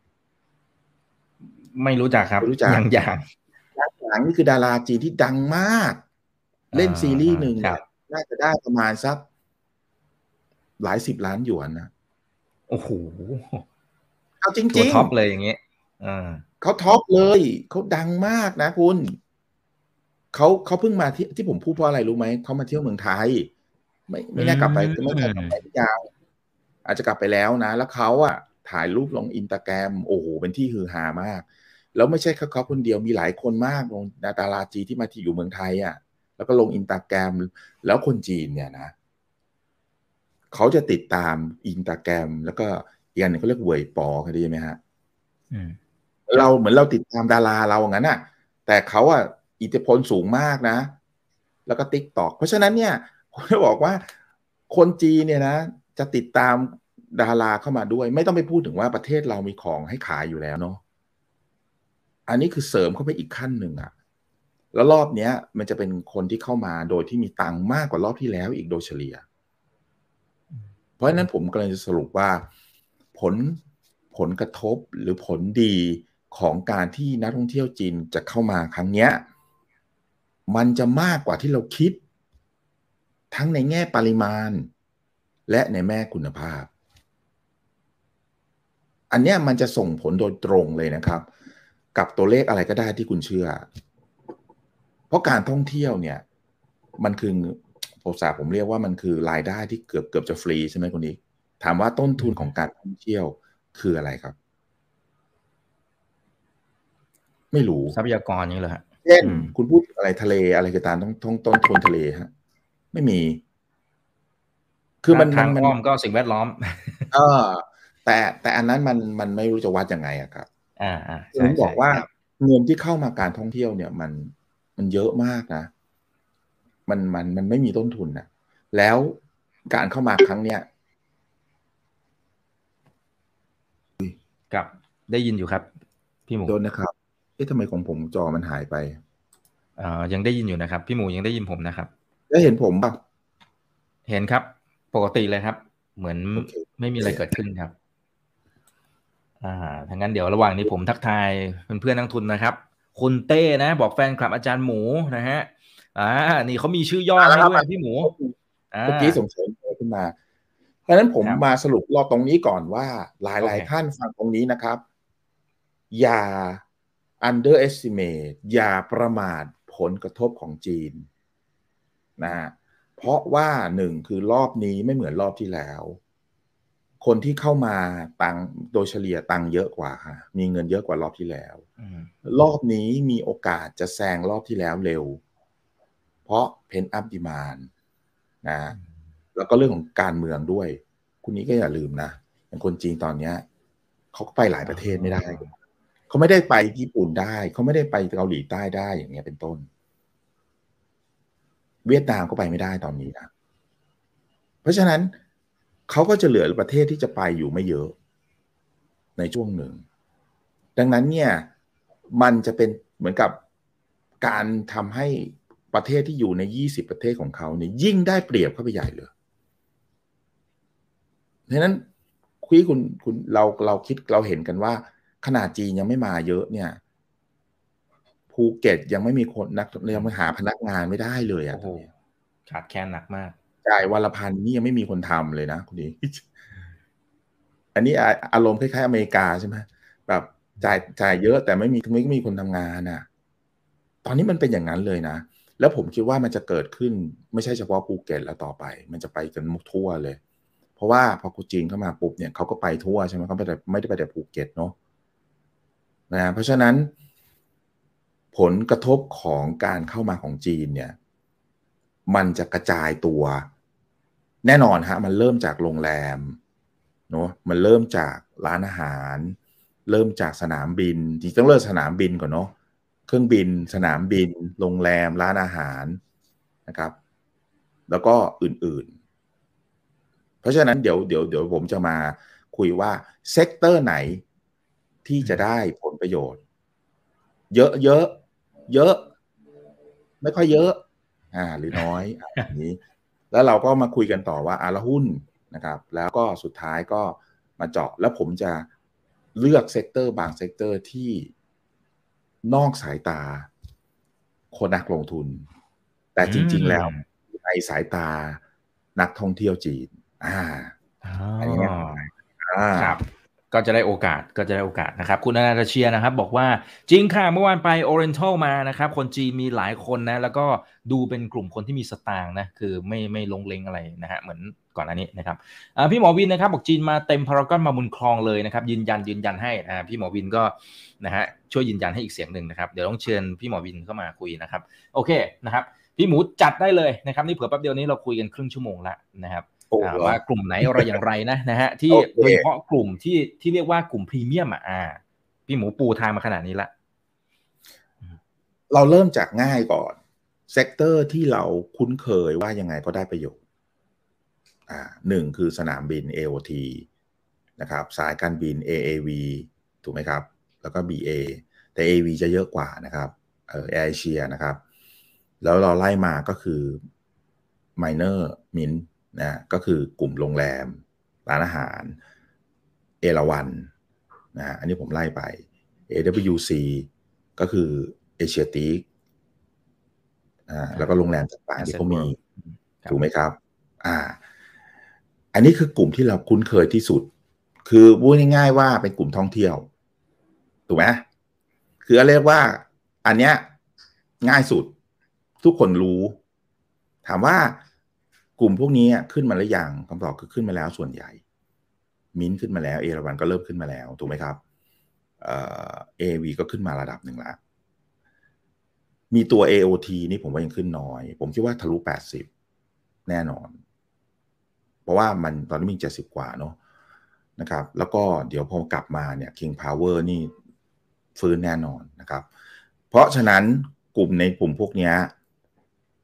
Speaker 2: ไม่รู้จักครับ
Speaker 3: รู้จัก
Speaker 2: หยางหยาง
Speaker 3: หยางหยางนี่คือดาราจีนที่ดังมากเล่นซีรีส์หนึ่งน่าจะได้ประมาณสักหลายสิบล้านหยวนนะ
Speaker 2: โอ้โห
Speaker 3: เอาจริงๆ
Speaker 2: ตัวท็อปเลยอย่างเงี้ย
Speaker 3: เขาท็อปเลยเขาดังมากนะคุณเขาเขาเพิ่งมาที่ที่ผมพูดเพราะอะไรรู้ไหมเขามาเที่ยวเมืองไทยไม่ไม่น่ากลับไปไม่น่ากลับไปยาวอาจจะกลับไปแล้วนะแล้วเขาอะถ่ายรูปลงอินสตาแกรมโอ้โหเป็นที่ฮือฮามากแล้วไม่ใช่แค่เขาคนเดียวมีหลายคนมากลงดาราจีที่มาที่อยู่เมืองไทยอะแล้วก็ลงอินสตาแกรมแล้วคนจีนเนี่ยนะเขาจะติดตามอินสตาแกรมแล้วก็อีกอันนึงเขาเรียกเว่ยปอเคยได้ยินไหมฮะเราเหมือนเราติดตามดาราเราอย่างนั้นน่ะแต่เขาอ่ะอิทธิพลสูงมากนะแล้วก็ TikTok เพราะฉะนั้นเนี่ยผมจะบอกว่าคนจีนเนี่ยนะจะติดตามดาราเข้ามาด้วยไม่ต้องไปพูดถึงว่าประเทศเรามีของให้ขายอยู่แล้วเนาะอันนี้คือเสริมเข้าไปอีกขั้นหนึ่งอะแล้วรอบเนี้ยมันจะเป็นคนที่เข้ามาโดยที่มีตังค์มากกว่ารอบที่แล้วอีกโดยเฉลี่ยเพราะฉะนั้นผมกำลังจะสรุปว่าผลผลกระทบหรือผลดีของการที่นักท่องเที่ยวจีนจะเข้ามาครั้งนี้มันจะมากกว่าที่เราคิดทั้งในแง่ปริมาณและในแง่คุณภาพอันนี้มันจะส่งผลโดยตรงเลยนะครับกับตัวเลขอะไรก็ได้ที่คุณเชื่อเพราะการท่องเที่ยวเนี่ยมันคือภาษาผมเรียกว่ามันคือรายได้ที่เกือบเกือบจะฟรีใช่ไหมคุณนิกถามว่าต้นทุนของการท่องเที่ยวคืออะไรครับไม่รู้
Speaker 2: ทรัพยากรนี้เลยฮะ
Speaker 3: เช่นคุณพูดอะไรทะเลอะไรก็ตามต้องต้องต้นทุนทะเลฮะไม่มี
Speaker 2: คือมันทางอ้อมก็สิ่งแวดล้อม
Speaker 3: เออแต่แต่อันนั้นมันมันไม่รู้จะวัดยังไงอะครับ
Speaker 2: อ่าอ่า
Speaker 3: ผมบอกว่าเงินที่เข้ามาการท่องเที่ยวเนี่ยมันมันเยอะมากนะมันมันมันไม่มีต้นทุนนะแล้วการเข้ามาครั้งเนี้ย
Speaker 2: ครับได้ยินอยู่ครับพี่หมู
Speaker 3: โดนนะครับเอ๊ะทำไมของผมจอมันหายไป
Speaker 2: เอ่อยังได้ยินอยู่นะครับพี่หมูยังได้ยินผมนะครับ
Speaker 3: ได้เห็นผมป่ะ
Speaker 2: เห็นครับปกติเลยครับเหมือน
Speaker 3: okay.
Speaker 2: ไม่มีอะไรเกิดขึ้นครับอ่าทั้งนั้นเดี๋ยวระหว่างนี้ผมทักทายเพื่อนๆนักทุนนะครับคุณเต้นะบอกแฟนคลับอาจารย์หมูนะฮะอ่านี่เขามีชื่อย่อให้ด้วยพี่หมู
Speaker 3: เมื่อกี้สงสัยขึ้นมาเพราะฉะนั้นผมมาสรุปรอบตรงนี้ก่อนว่าหลายๆท่านฟังตรงนี้นะครับอย่า underestimate อย่าประมาทผลกระทบของจีนนะเพราะว่าหนึ่งคือรอบนี้ไม่เหมือนรอบที่แล้วคนที่เข้ามาตังโดยเฉลี่ยตังเยอะกว่าค่ะมีเงินเยอะกว่ารอบที่แล้วรอบนี้มีโอกาสจะแซงรอบที่แล้วเร็วเพราะ pent up demand นะแล้วก็เรื่องของการเมืองด้วยคุณนี้ก็อย่าลืมนะอย่างคนจีนตอนนี้เขาก็ไปหลายประเทศไม่ได้เขาไม่ได้ไปญี่ปุ่นได้เขาไม่ได้ไปเกาหลีใต้ได้อย่างเงี้ยเป็นต้นเวียดนามก็ไปไม่ได้ตอนนี้นะเพราะฉะนั้นเขาก็จะเหลือประเทศที่จะไปอยู่ไม่เยอะในช่วงหนึ่งดังนั้นเนี่ยมันจะเป็นเหมือนกับการทำให้ประเทศที่อยู่ในยี่สิบประเทศของเขาเนี่ยยิ่งได้เปรียบเข้าไปใหญ่เลยเพราะฉะนั้นคุยคุณคุณเราเราคิดเราเห็นกันว่าขนาดจีนยังไม่มาเยอะเนี่ยภูเก็ตยังไม่มีคนนักยังหาพนักงานไม่ได้เลยอ่ะ
Speaker 2: ขาดแคลนหนักมาก
Speaker 3: จ่ายวันละพันนี่ยังไม่มีคนทำเลยนะคุณดีอันนี้อารมณ์คล้ายๆอเมริกาใช่ไหมแบบจ่ายจ่ายเยอะแต่ไม่มีไม่มีคนทำงานอ่ะตอนนี้มันเป็นอย่างนั้นเลยนะแล้วผมคิดว่ามันจะเกิดขึ้นไม่ใช่เฉพาะภูเก็ตแล้วต่อไปมันจะไปกันทั่วเลยเพราะว่าพอจีนเข้ามาปุ๊บเนี่ยเขาก็ไปทั่วใช่ไหมเขาไม่ได้ไม่ได้ไปแต่ภูเก็ตเนาะนะเพราะฉะนั้นผลกระทบของการเข้ามาของจีนเนี่ยมันจะกระจายตัวแน่นอนฮะมันเริ่มจากโรงแรมเนาะมันเริ่มจากร้านอาหารเริ่มจากสนามบินจริงต้องเริ่มสนามบินก่อนเนาะเครื่องบินสนามบินโรงแรมร้านอาหารนะครับแล้วก็อื่นๆเพราะฉะนั้นเดี๋ยวเดี๋ยวเดี๋ยวผมจะมาคุยว่าเซกเตอร์ไหนที่จะได้ผลประโยชน์เยอะเยอะเยอะไม่ค่อยเยอะอ่าหรือน้อยอย่างนี้แล้วเราก็มาคุยกันต่อว่าอ่ะละหุ้นนะครับแล้วก็สุดท้ายก็มาเจาะแล้วผมจะเลือกเซกเตอร์บางเซกเตอร์ที่นอกสายตาคนนักลงทุนแต่จริงๆแล้วในสายตานักท่องเที่ยวจีนอ่าอันนี้
Speaker 2: ครับก็จะได้โอกาสก็จะได้โอกาสนะครับคุณอนาตาเชียนะครับบอกว่าจริงค่ะเมื่อวานไป Oriental มานะครับคนจีนมีหลายคนนะแล้วก็ดูเป็นกลุ่มคนที่มีสตางค์นะคือไม่ไม่ลงเลงอะไรนะฮะเหมือนก่อนอันนี้นะครับพี่หมอวินนะครับบอกจีนมาเต็มพารากอนมาบุญคลองเลยนะครับยืนยันยืนยันให้อ่าพี่หมอวินก็นะฮะช่วยยืนยันให้อีกเสียงหนึ่งนะครับเดี๋ยวต้องเชิญพี่หมอวินเข้ามาคุยนะครับโอเคนะครับพี่หมูจัดได้เลยนะครับนี่เผื่อแป๊บเดียวนี้เราคุยกันครึ่งชั่วโมงละนะครับว่ากลุ่มไหนอะไรอย่างไรนะนะฮะที่โดยเฉพาะกลุ่มที่ที่เรียกว่ากลุ่มพรีเมียมอ่ะพี่หมูปูทางมาขนาดนี้ละ
Speaker 3: เราเริ่มจากง่ายก่อนเซกเตอร์ที่เราคุ้นเคยว่ายังไงก็ได้ประโยชน์อ่าหนึ่งคือสนามบิน เอ โอ ที นะครับสายการบิน เอ เอ วี ถูกไหมครับแล้วก็ บี เอ แต่ เอ วี จะเยอะกว่านะครับเออ Air Asia นะครับแล้วเราไล่มาก็คือ Minor Mint นะก็คือกลุ่มโรงแรมร้านอาหารเอราวัณนะอันนี้ผมไล่ไป เอ ดับเบิลยู ซี ก็คือเอเชียติกอ่าแล้วก็โรงแรมต่างๆที่เขามีถูกไหมครับอ่าอันนี้คือกลุ่มที่เราคุ้นเคยที่สุดคือพูดง่ายๆว่าเป็นกลุ่มท่องเที่ยวถูกไหมคือเรียกว่าอันเนี้ยง่ายสุดทุกคนรู้ถามว่ากลุ่มพวกนี้ขึ้นมาหรือยังคำตอบคือขึ้นมาแล้วส่วนใหญ่มิ้นขึ้นมาแล้วเอราวัณก็เริ่มขึ้นมาแล้วถูกไหมครับเอ่อ เอ วี ก็ขึ้นมาระดับหนึ่งแล้วมีตัว เอ โอ ที นี่ผมว่ายังขึ้นน้อยผมคิดว่าทะลุแปดสิบแน่นอนเพราะว่ามันตอนนี้มีเจ็ดสิบกว่าเนาะนะครับแล้วก็เดี๋ยวพอกลับมาเนี่ย King Power นี่ฟื้นแน่นอนนะครับเพราะฉะนั้นกลุ่มในกลุ่มพวกนี้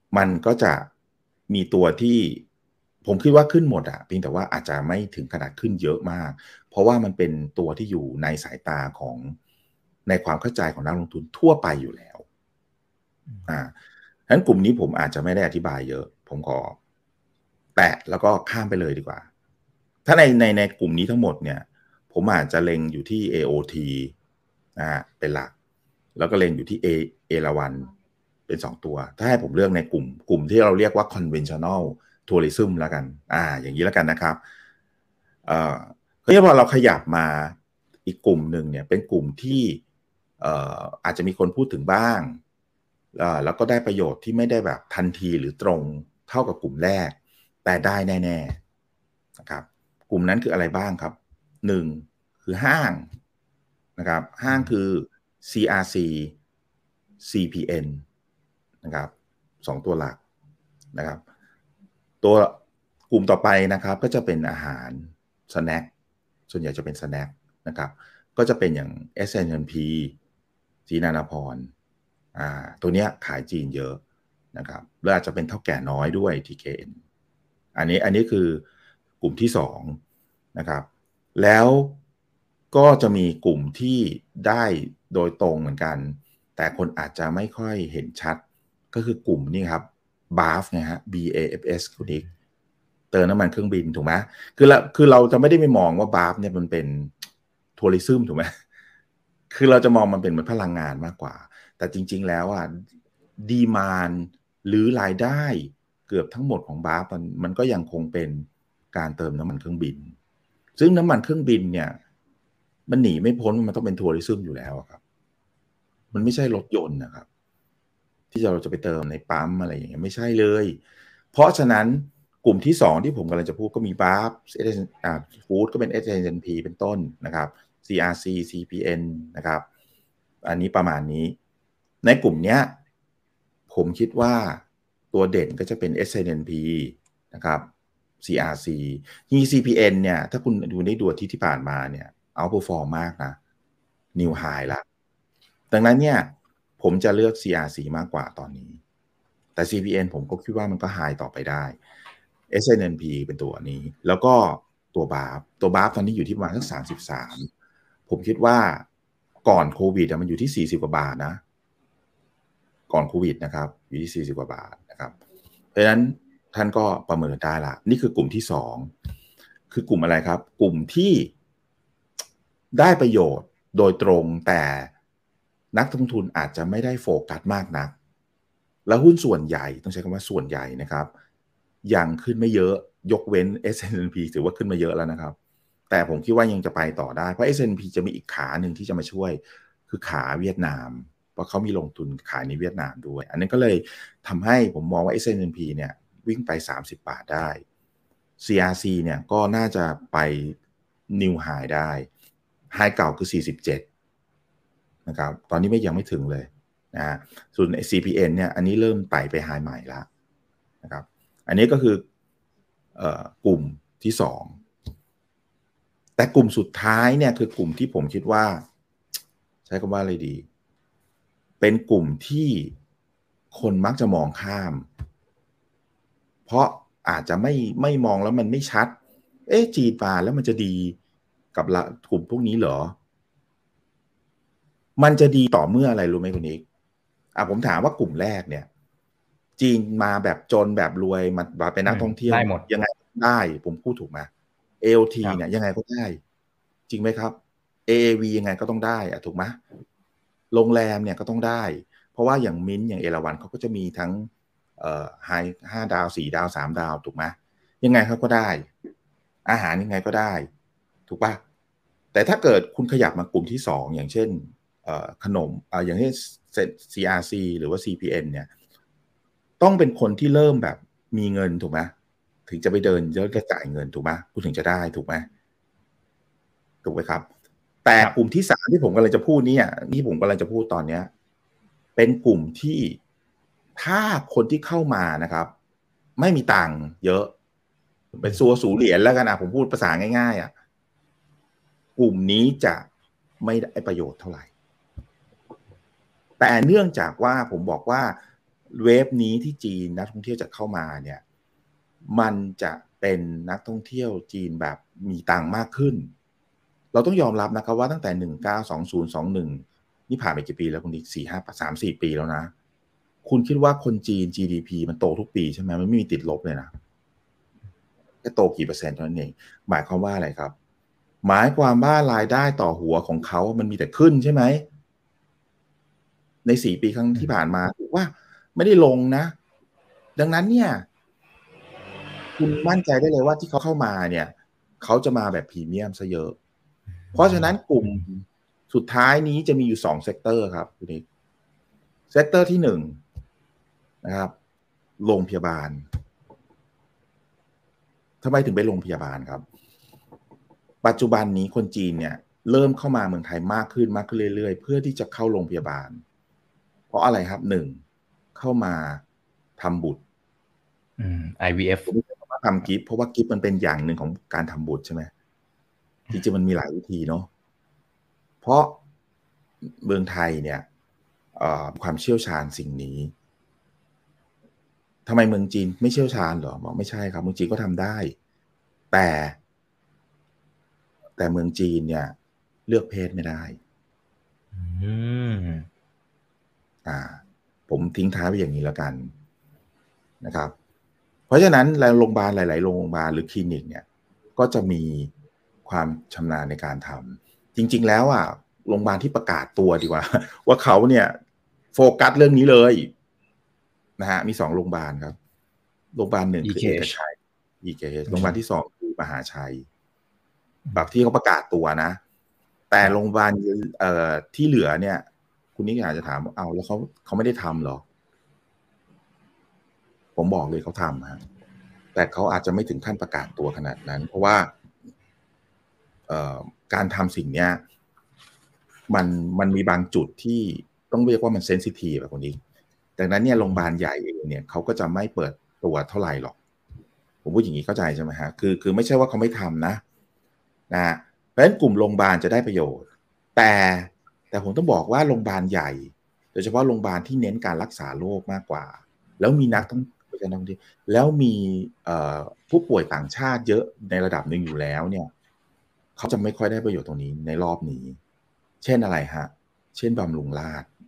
Speaker 3: มันก็จะมีตัวที่ผมคิดว่าขึ้นหมดอะเพียงแต่ว่าอาจจะไม่ถึงขนาดขึ้นเยอะมากเพราะว่ามันเป็นตัวที่อยู่ในสายตาของในความเข้าใจของนักลงทุนทั่วไปอยู่แล้วอ่าฉะนั้นกลุ่มนี้ผมอาจจะไม่ได้อธิบายเยอะผมขอแตะแล้วก็ข้ามไปเลยดีกว่าถ้าในในในกลุ่มนี้ทั้งหมดเนี่ยผมอาจจะเล็งอยู่ที่ เอ โอ ที นะฮะเป็นหลักแล้วก็เล็งอยู่ที่ A เอราวัณเป็นสองตัวถ้าให้ผมเลือกในกลุ่มกลุ่มที่เราเรียกว่า conventional tourism แล้วกันอ่าอย่างนี้แล้วกันนะครับเอ่อก็พอเราขยับมาอีกกลุ่มหนึ่งเนี่ยเป็นกลุ่มที่เอ่ออาจจะมีคนพูดถึงบ้างเอ่อแล้วก็ได้ประโยชน์ที่ไม่ได้แบบทันทีหรือตรงเท่ากับกลุ่มแรกแต่ได้แน่ๆนะครับกลุ่มนั้นคืออะไรบ้างครับหนึ่งคือห้างนะครับห้างคือ ซี อาร์ ซี ซี พี เอ็น นะครับสองตัวหลักนะครับตัวกลุ่มต่อไปนะครับก็จะเป็นอาหารสแน็คส่วนใหญ่จะเป็นสแน็คนะครับก็จะเป็นอย่าง เอส แอนด์ พี จีนานาพรอ่าตัวเนี้ยขายจีนเยอะนะครับแล้วอาจจะเป็นเท่าแก่น้อยด้วย ที เค เอ็น อันนี้อันนี้คือกลุ่มที่สองนะครับแล้วก็จะมีกลุ่มที่ได้โดยตรงเหมือนกันแต่คนอาจจะไม่ค่อยเห็นชัดก็คือกลุ่มนี้ครับ บี เอ เอฟ ไงฮะ บี เอ เอฟ เอส คุณอีกเติมน้ำมันเครื่องบินถูกไหมคือเราคือเราจะไม่ได้ไปมองว่า บี เอ เอฟ เนี่ยมันเป็นทัวริซึมถูกไหมคือเราจะมองมันเป็นเหมือนพลังงานมากกว่าแต่จริงๆแล้วอ่ะดีมานด์หรือรายได้เกือบทั้งหมดของ บี เอ เอฟ มันมันก็ยังคงเป็นการเติมน้ำมันเครื่องบินซึ่งน้ำมันเครื่องบินเนี่ยมันหนีไม่พ้นมันต้องเป็นทัวริซึมอยู่แล้วครับมันไม่ใช่รถยนต์นะครับที่เราจะไปเติมในปั๊มอะไรอย่างเงี้ยไม่ใช่เลยเพราะฉะนั้นกลุ่มที่สองที่ผมกำลังจะพูดก็มี บี เอ เอฟ อ่า Food ก็เป็น เอส แอนด์ พี เป็นต้นนะครับ ซี อาร์ ซี ซี พี เอ็น นะครับอันนี้ประมาณนี้ในกลุ่มเนี้ยผมคิดว่าตัวเด่นก็จะเป็น เอส แอนด์ พี นะครับ ซี อาร์ ซี ที่ ซี พี เอ็น เนี่ยถ้าคุณดูในดูอาทิตย์ที่ผ่านมาเนี่ยเอาท์เพอร์ฟอร์มมากนะนิวไฮละดังนั้นเนี่ยผมจะเลือก ซี อาร์ ซี มากกว่าตอนนี้แต่ ซี พี เอ็น ผมก็คิดว่ามันก็ไฮต่อไปได้ เอส แอนด์ พี เป็นตัวนี้แล้วก็ตัวบาร์ฟตัวบาร์ฟตอนนี้อยู่ที่ประมาณสักสามสิบสามผมคิดว่าก่อนโควิดมันอยู่ที่สี่สิบกว่าบาทนะก่อนโควิดนะครับอยู่ที่สี่สิบกว่าบาทนะครับเพราะฉะนั้นท่านก็ประเมินได้ละนี่คือกลุ่มที่สองคือกลุ่มอะไรครับกลุ่มที่ได้ประโยชน์โดยตรงแต่นักลงทุนอาจจะไม่ได้โฟกัสมากนักแล้วหุ้นส่วนใหญ่ต้องใช้คำว่าส่วนใหญ่นะครับยังขึ้นไม่เยอะยกเว้น เอส แอนด์ พี ถือว่าขึ้นมาเยอะแล้วนะครับแต่ผมคิดว่ายังจะไปต่อได้เพราะ เอส แอนด์ พี จะมีอีกขาหนึ่งที่จะมาช่วยคือขาเวียดนามเพราะเขามีลงทุนขายในเวียดนามด้วยอันนี้ก็เลยทำให้ผมมองว่า เอส แอนด์ พี เนี่ยวิ่งไปสามสิบบาทได้ ซี อาร์ ซี เนี่ยก็น่าจะไปนิวไฮได้ไฮเก่าคือสี่สิบเจ็ดนะครับตอนนี้ไม่ยังไม่ถึงเลยนะส่วน ซี พี เอ็น เนี่ยอันนี้เริ่มไต่ไปไฮใหม่แล้วนะครับอันนี้ก็คือเอ่อกลุ่มที่สองแต่กลุ่มสุดท้ายเนี่ยคือกลุ่มที่ผมคิดว่าใช้คำว่าอะไรดีเป็นกลุ่มที่คนมักจะมองข้ามเพราะอาจจะไม่ไม่มองแล้วมันไม่ชัดเอ๊ะจีนมาแล้วมันจะดีกับละกลุ่มพวกนี้เหรอมันจะดีต่อเมื่ออะไรรู้ไหมคุณนิกอ่ะผมถามว่ากลุ่มแรกเนี่ยจีนมาแบบจนแบบรวยมาเป็นนักท่องเที่ยว
Speaker 2: ได้หมด
Speaker 3: ยังไงได้ผมพูดถูกไหม เอ โอ ที เนี่ยยังไงก็ได้จริงไหมครับ เอ เอ วี ยังไงก็ต้องได้อะถูกไหมโรงแรมเนี่ยก็ต้องได้เพราะว่าอย่างมิ้นท์อย่างเอราวัณเขาก็จะมีทั้งเอ่อไฮห้าดาวสี่ดาวสามดาวถูกไหมยังไงเขาก็ได้อาหารยังไงก็ได้ถูกป่ะแต่ถ้าเกิดคุณขยับมากลุ่มที่สองอย่างเช่นเอ่อขนมเอ่ออย่างเช่น ซี อาร์ ซี หรือว่า ซี พี เอ็น เนี่ยต้องเป็นคนที่เริ่มแบบมีเงินถูกไหมถึงจะไปเดินแล้วก็จ่ายเงินถูกไหมคุณถึงจะได้ถูกไหมถูกไหมครับแต่กลุ่มที่สามที่ผมกำลังจะพูดนี่อ่ะที่ผมกำลังจะพูดตอนเนี้ยเป็นกลุ่มที่ถ้าคนที่เข้ามานะครับไม่มีตังค์เยอะเป็นซัวสูเหรียญแล้วกันนะผมพูดภาษาง่ายๆอ่ะกลุ่มนี้จะไม่ได้ประโยชน์เท่าไหร่แต่เนื่องจากว่าผมบอกว่าเวฟนี้ที่จีนนักท่องเที่ยวจะเข้ามาเนี่ยมันจะเป็นนักท่องเที่ยวจีนแบบมีตังค์มากขึ้นเราต้องยอมรับนะครับว่าตั้งแต่หนึ่งเก้าสองศูนย์สองหนึ่งนี่ผ่านไปกี่ปีแล้วคุณดิสี่ห้าสามสี่ปีแล้วนะคุณคิดว่าคนจีน จี ดี พี มันโตทุกปีใช่ไหมมันไม่มีติดลบเลยนะแค่โตกี่เปอร์เซ็นต์เท่านั้นเองหมายความว่าอะไรครับหมายความว่ารายได้ต่อหัวของเขามันมีแต่ขึ้นใช่ไหมในสี่ปีครั้งที่ผ่านมาถือว่าไม่ได้ลงนะดังนั้นเนี่ยคุณมั่นใจได้เลยว่าที่เขาเข้ามาเนี่ยเขาจะมาแบบพรีเมียมซะเยอะเพราะฉะนั้นกลุ่มสุดท้ายนี้จะมีอยู่สองเซกเตอร์ครับคุณนิกเซกเตอร์ที่หนึ่งนะครับโรงพยาบาลทำไมถึงไปโรงพยาบาลครับปัจจุบันนี้คนจีนเนี่ยเริ่มเข้ามาเมืองไทยมากขึ้นมากขึ้นเรื่อยๆเพื่อที่จะเข้าโรงพยาบาลเพราะอะไรครับหนึ่งเข้ามาทำบุตร
Speaker 2: อืม ไอ วี เอฟ
Speaker 3: มาทำกิฟต์เพราะว่ากิฟต์มันเป็นอย่างหนึ่งของการทำบุตรใช่ไหมจริงๆมันมีหลายวิธีเนาะเพราะเมืองไทยเนี่ยความเชี่ยวชาญสิ่งนี้ทำไมเมืองจีนไม่เชี่ยวชาญเหรอบอกไม่ใช่ครับเมืองจีนก็ทำได้แต่แต่เมืองจีนเนี่ยเลือกเพศไม่ได้
Speaker 2: อืม
Speaker 3: อ่าผมทิ้งท้ายไว้อย่างนี้แล้วกันนะครับเพราะฉะนั้นโรงพยาบาลหลายๆโรงพยาบาลหรือคลินิกเนี่ยก็จะมีความชำนาญในการทำจริงๆแล้วอ่ะโรงพยาบาลที่ประกาศตัวดีกว่าว่าเขาเนี่ยโฟกัสเรื่องนี้เลยนะฮะมีสองโรงพยาบาลครับโรงพยาบาลหนึ่งคือเอกชัย อี เค เอช โรงพยาบาลที่สองคือมหาชัยแบบที่เขาประกาศตัวนะแต่โรงพยาบาลเอ่อที่เหลือเนี่ยคุณนิกอาจจะถามเอาแล้วเขาเขาไม่ได้ทำหรอผมบอกเลยเขาทำฮะแต่เขาอาจจะไม่ถึงขั้นประกาศตัวขนาดนั้นเพราะว่าเอ่อการทำสิ่งเนี้ยมันมันมีบางจุดที่ต้องเรียกว่ามันเซนซิทีฟแบบนี้ดังนั้นเนี่ยโรงพยาบาลใหญ่เองเนี่ยเขาก็จะไม่เปิดตัวเท่าไหร่หรอกผมพูดอย่างนี้เข้าใจใช่ไหมฮะคือคือไม่ใช่ว่าเขาไม่ทำนะนะฮะเพราะฉะนั้นกลุ่มโรงพยาบาลจะได้ประโยชน์แต่แต่ผมต้องบอกว่าโรงพยาบาลใหญ่โดยเฉพาะโรงพยาบาลที่เน้นการรักษาโรคมากกว่าแล้วมีนักต้องแล้วมีผู้ป่วยต่างชาติเยอะในระดับหนึ่งอยู่แล้วเนี่ยเขาจะไม่ค่อยได้ประโยชน์ตรงนี้ในรอบนี้เช่นอะไรฮะเช่นบำรุงราษฎร์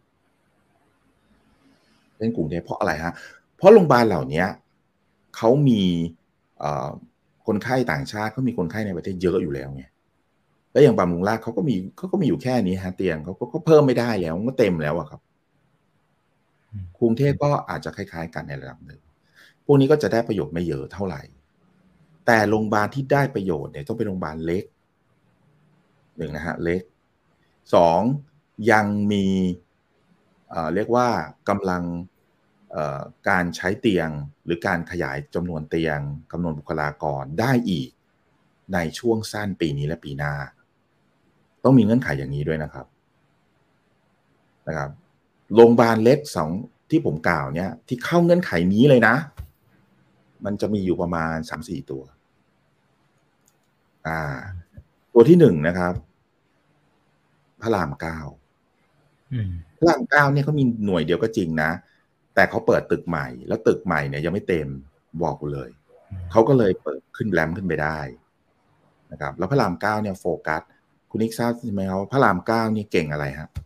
Speaker 3: เช่นกลุ่มนี้เพราะอะไรฮะเพราะโรงพยาบาลเหล่านี้เขามีคนไข้ต่างชาติเขามีคนไข้ในประเทศเยอะอยู่แล้วไงแล้วอย่างบำรุงราษฎร์เขาก็มีเขาก็มีอยู่แค่นี้ฮะเตียงเขาก็เพิ่มไม่ได้แล้วก็เต็มแล้วอะครับกรุงเทพก็อาจจะคล้ายๆกันในระดับหนึ่งพวกนี้ก็จะได้ประโยชน์ไม่เยอะเท่าไหร่แต่โรงพยาบาลที่ได้ประโยชน์เนี่ยต้องเป็นโรงพยาบาลเล็กหนึ่งนะฮะเล็กสองยังมีเอ่อเรียกว่ากำลังเอ่อการใช้เตียงหรือการขยายจำนวนเตียงจำนวนบุคลากรได้อีกในช่วงสั้นปีนี้และปีหน้าต้องมีเงื่อนไขอย่างนี้ด้วยนะครับนะครับโรงพยาบาลเล็กสองที่ผมกล่าวเนี่ยที่เข้าเงื่อนไขนี้เลยนะมันจะมีอยู่ประมาณ สามถึงสี่ ตัวอ่าตัวที่หนึ่งนะครับพระรามเก้าพระรามเก้าเนี่ยเขามีหน่วยเดียวก็จริงนะแต่เขาเปิดตึกใหม่แล้วตึกใหม่เนี่ยยังไม่เต็มบอกกูเลยเขาก็เลยเปิดขึ้นแรมขึ้นไปได้นะครับแล้วพระรามเก้าเนี่ยโฟกัสคุณนิกทราบใช่ไหมครับพระรามเก้านี่เก่งอะไรฮะ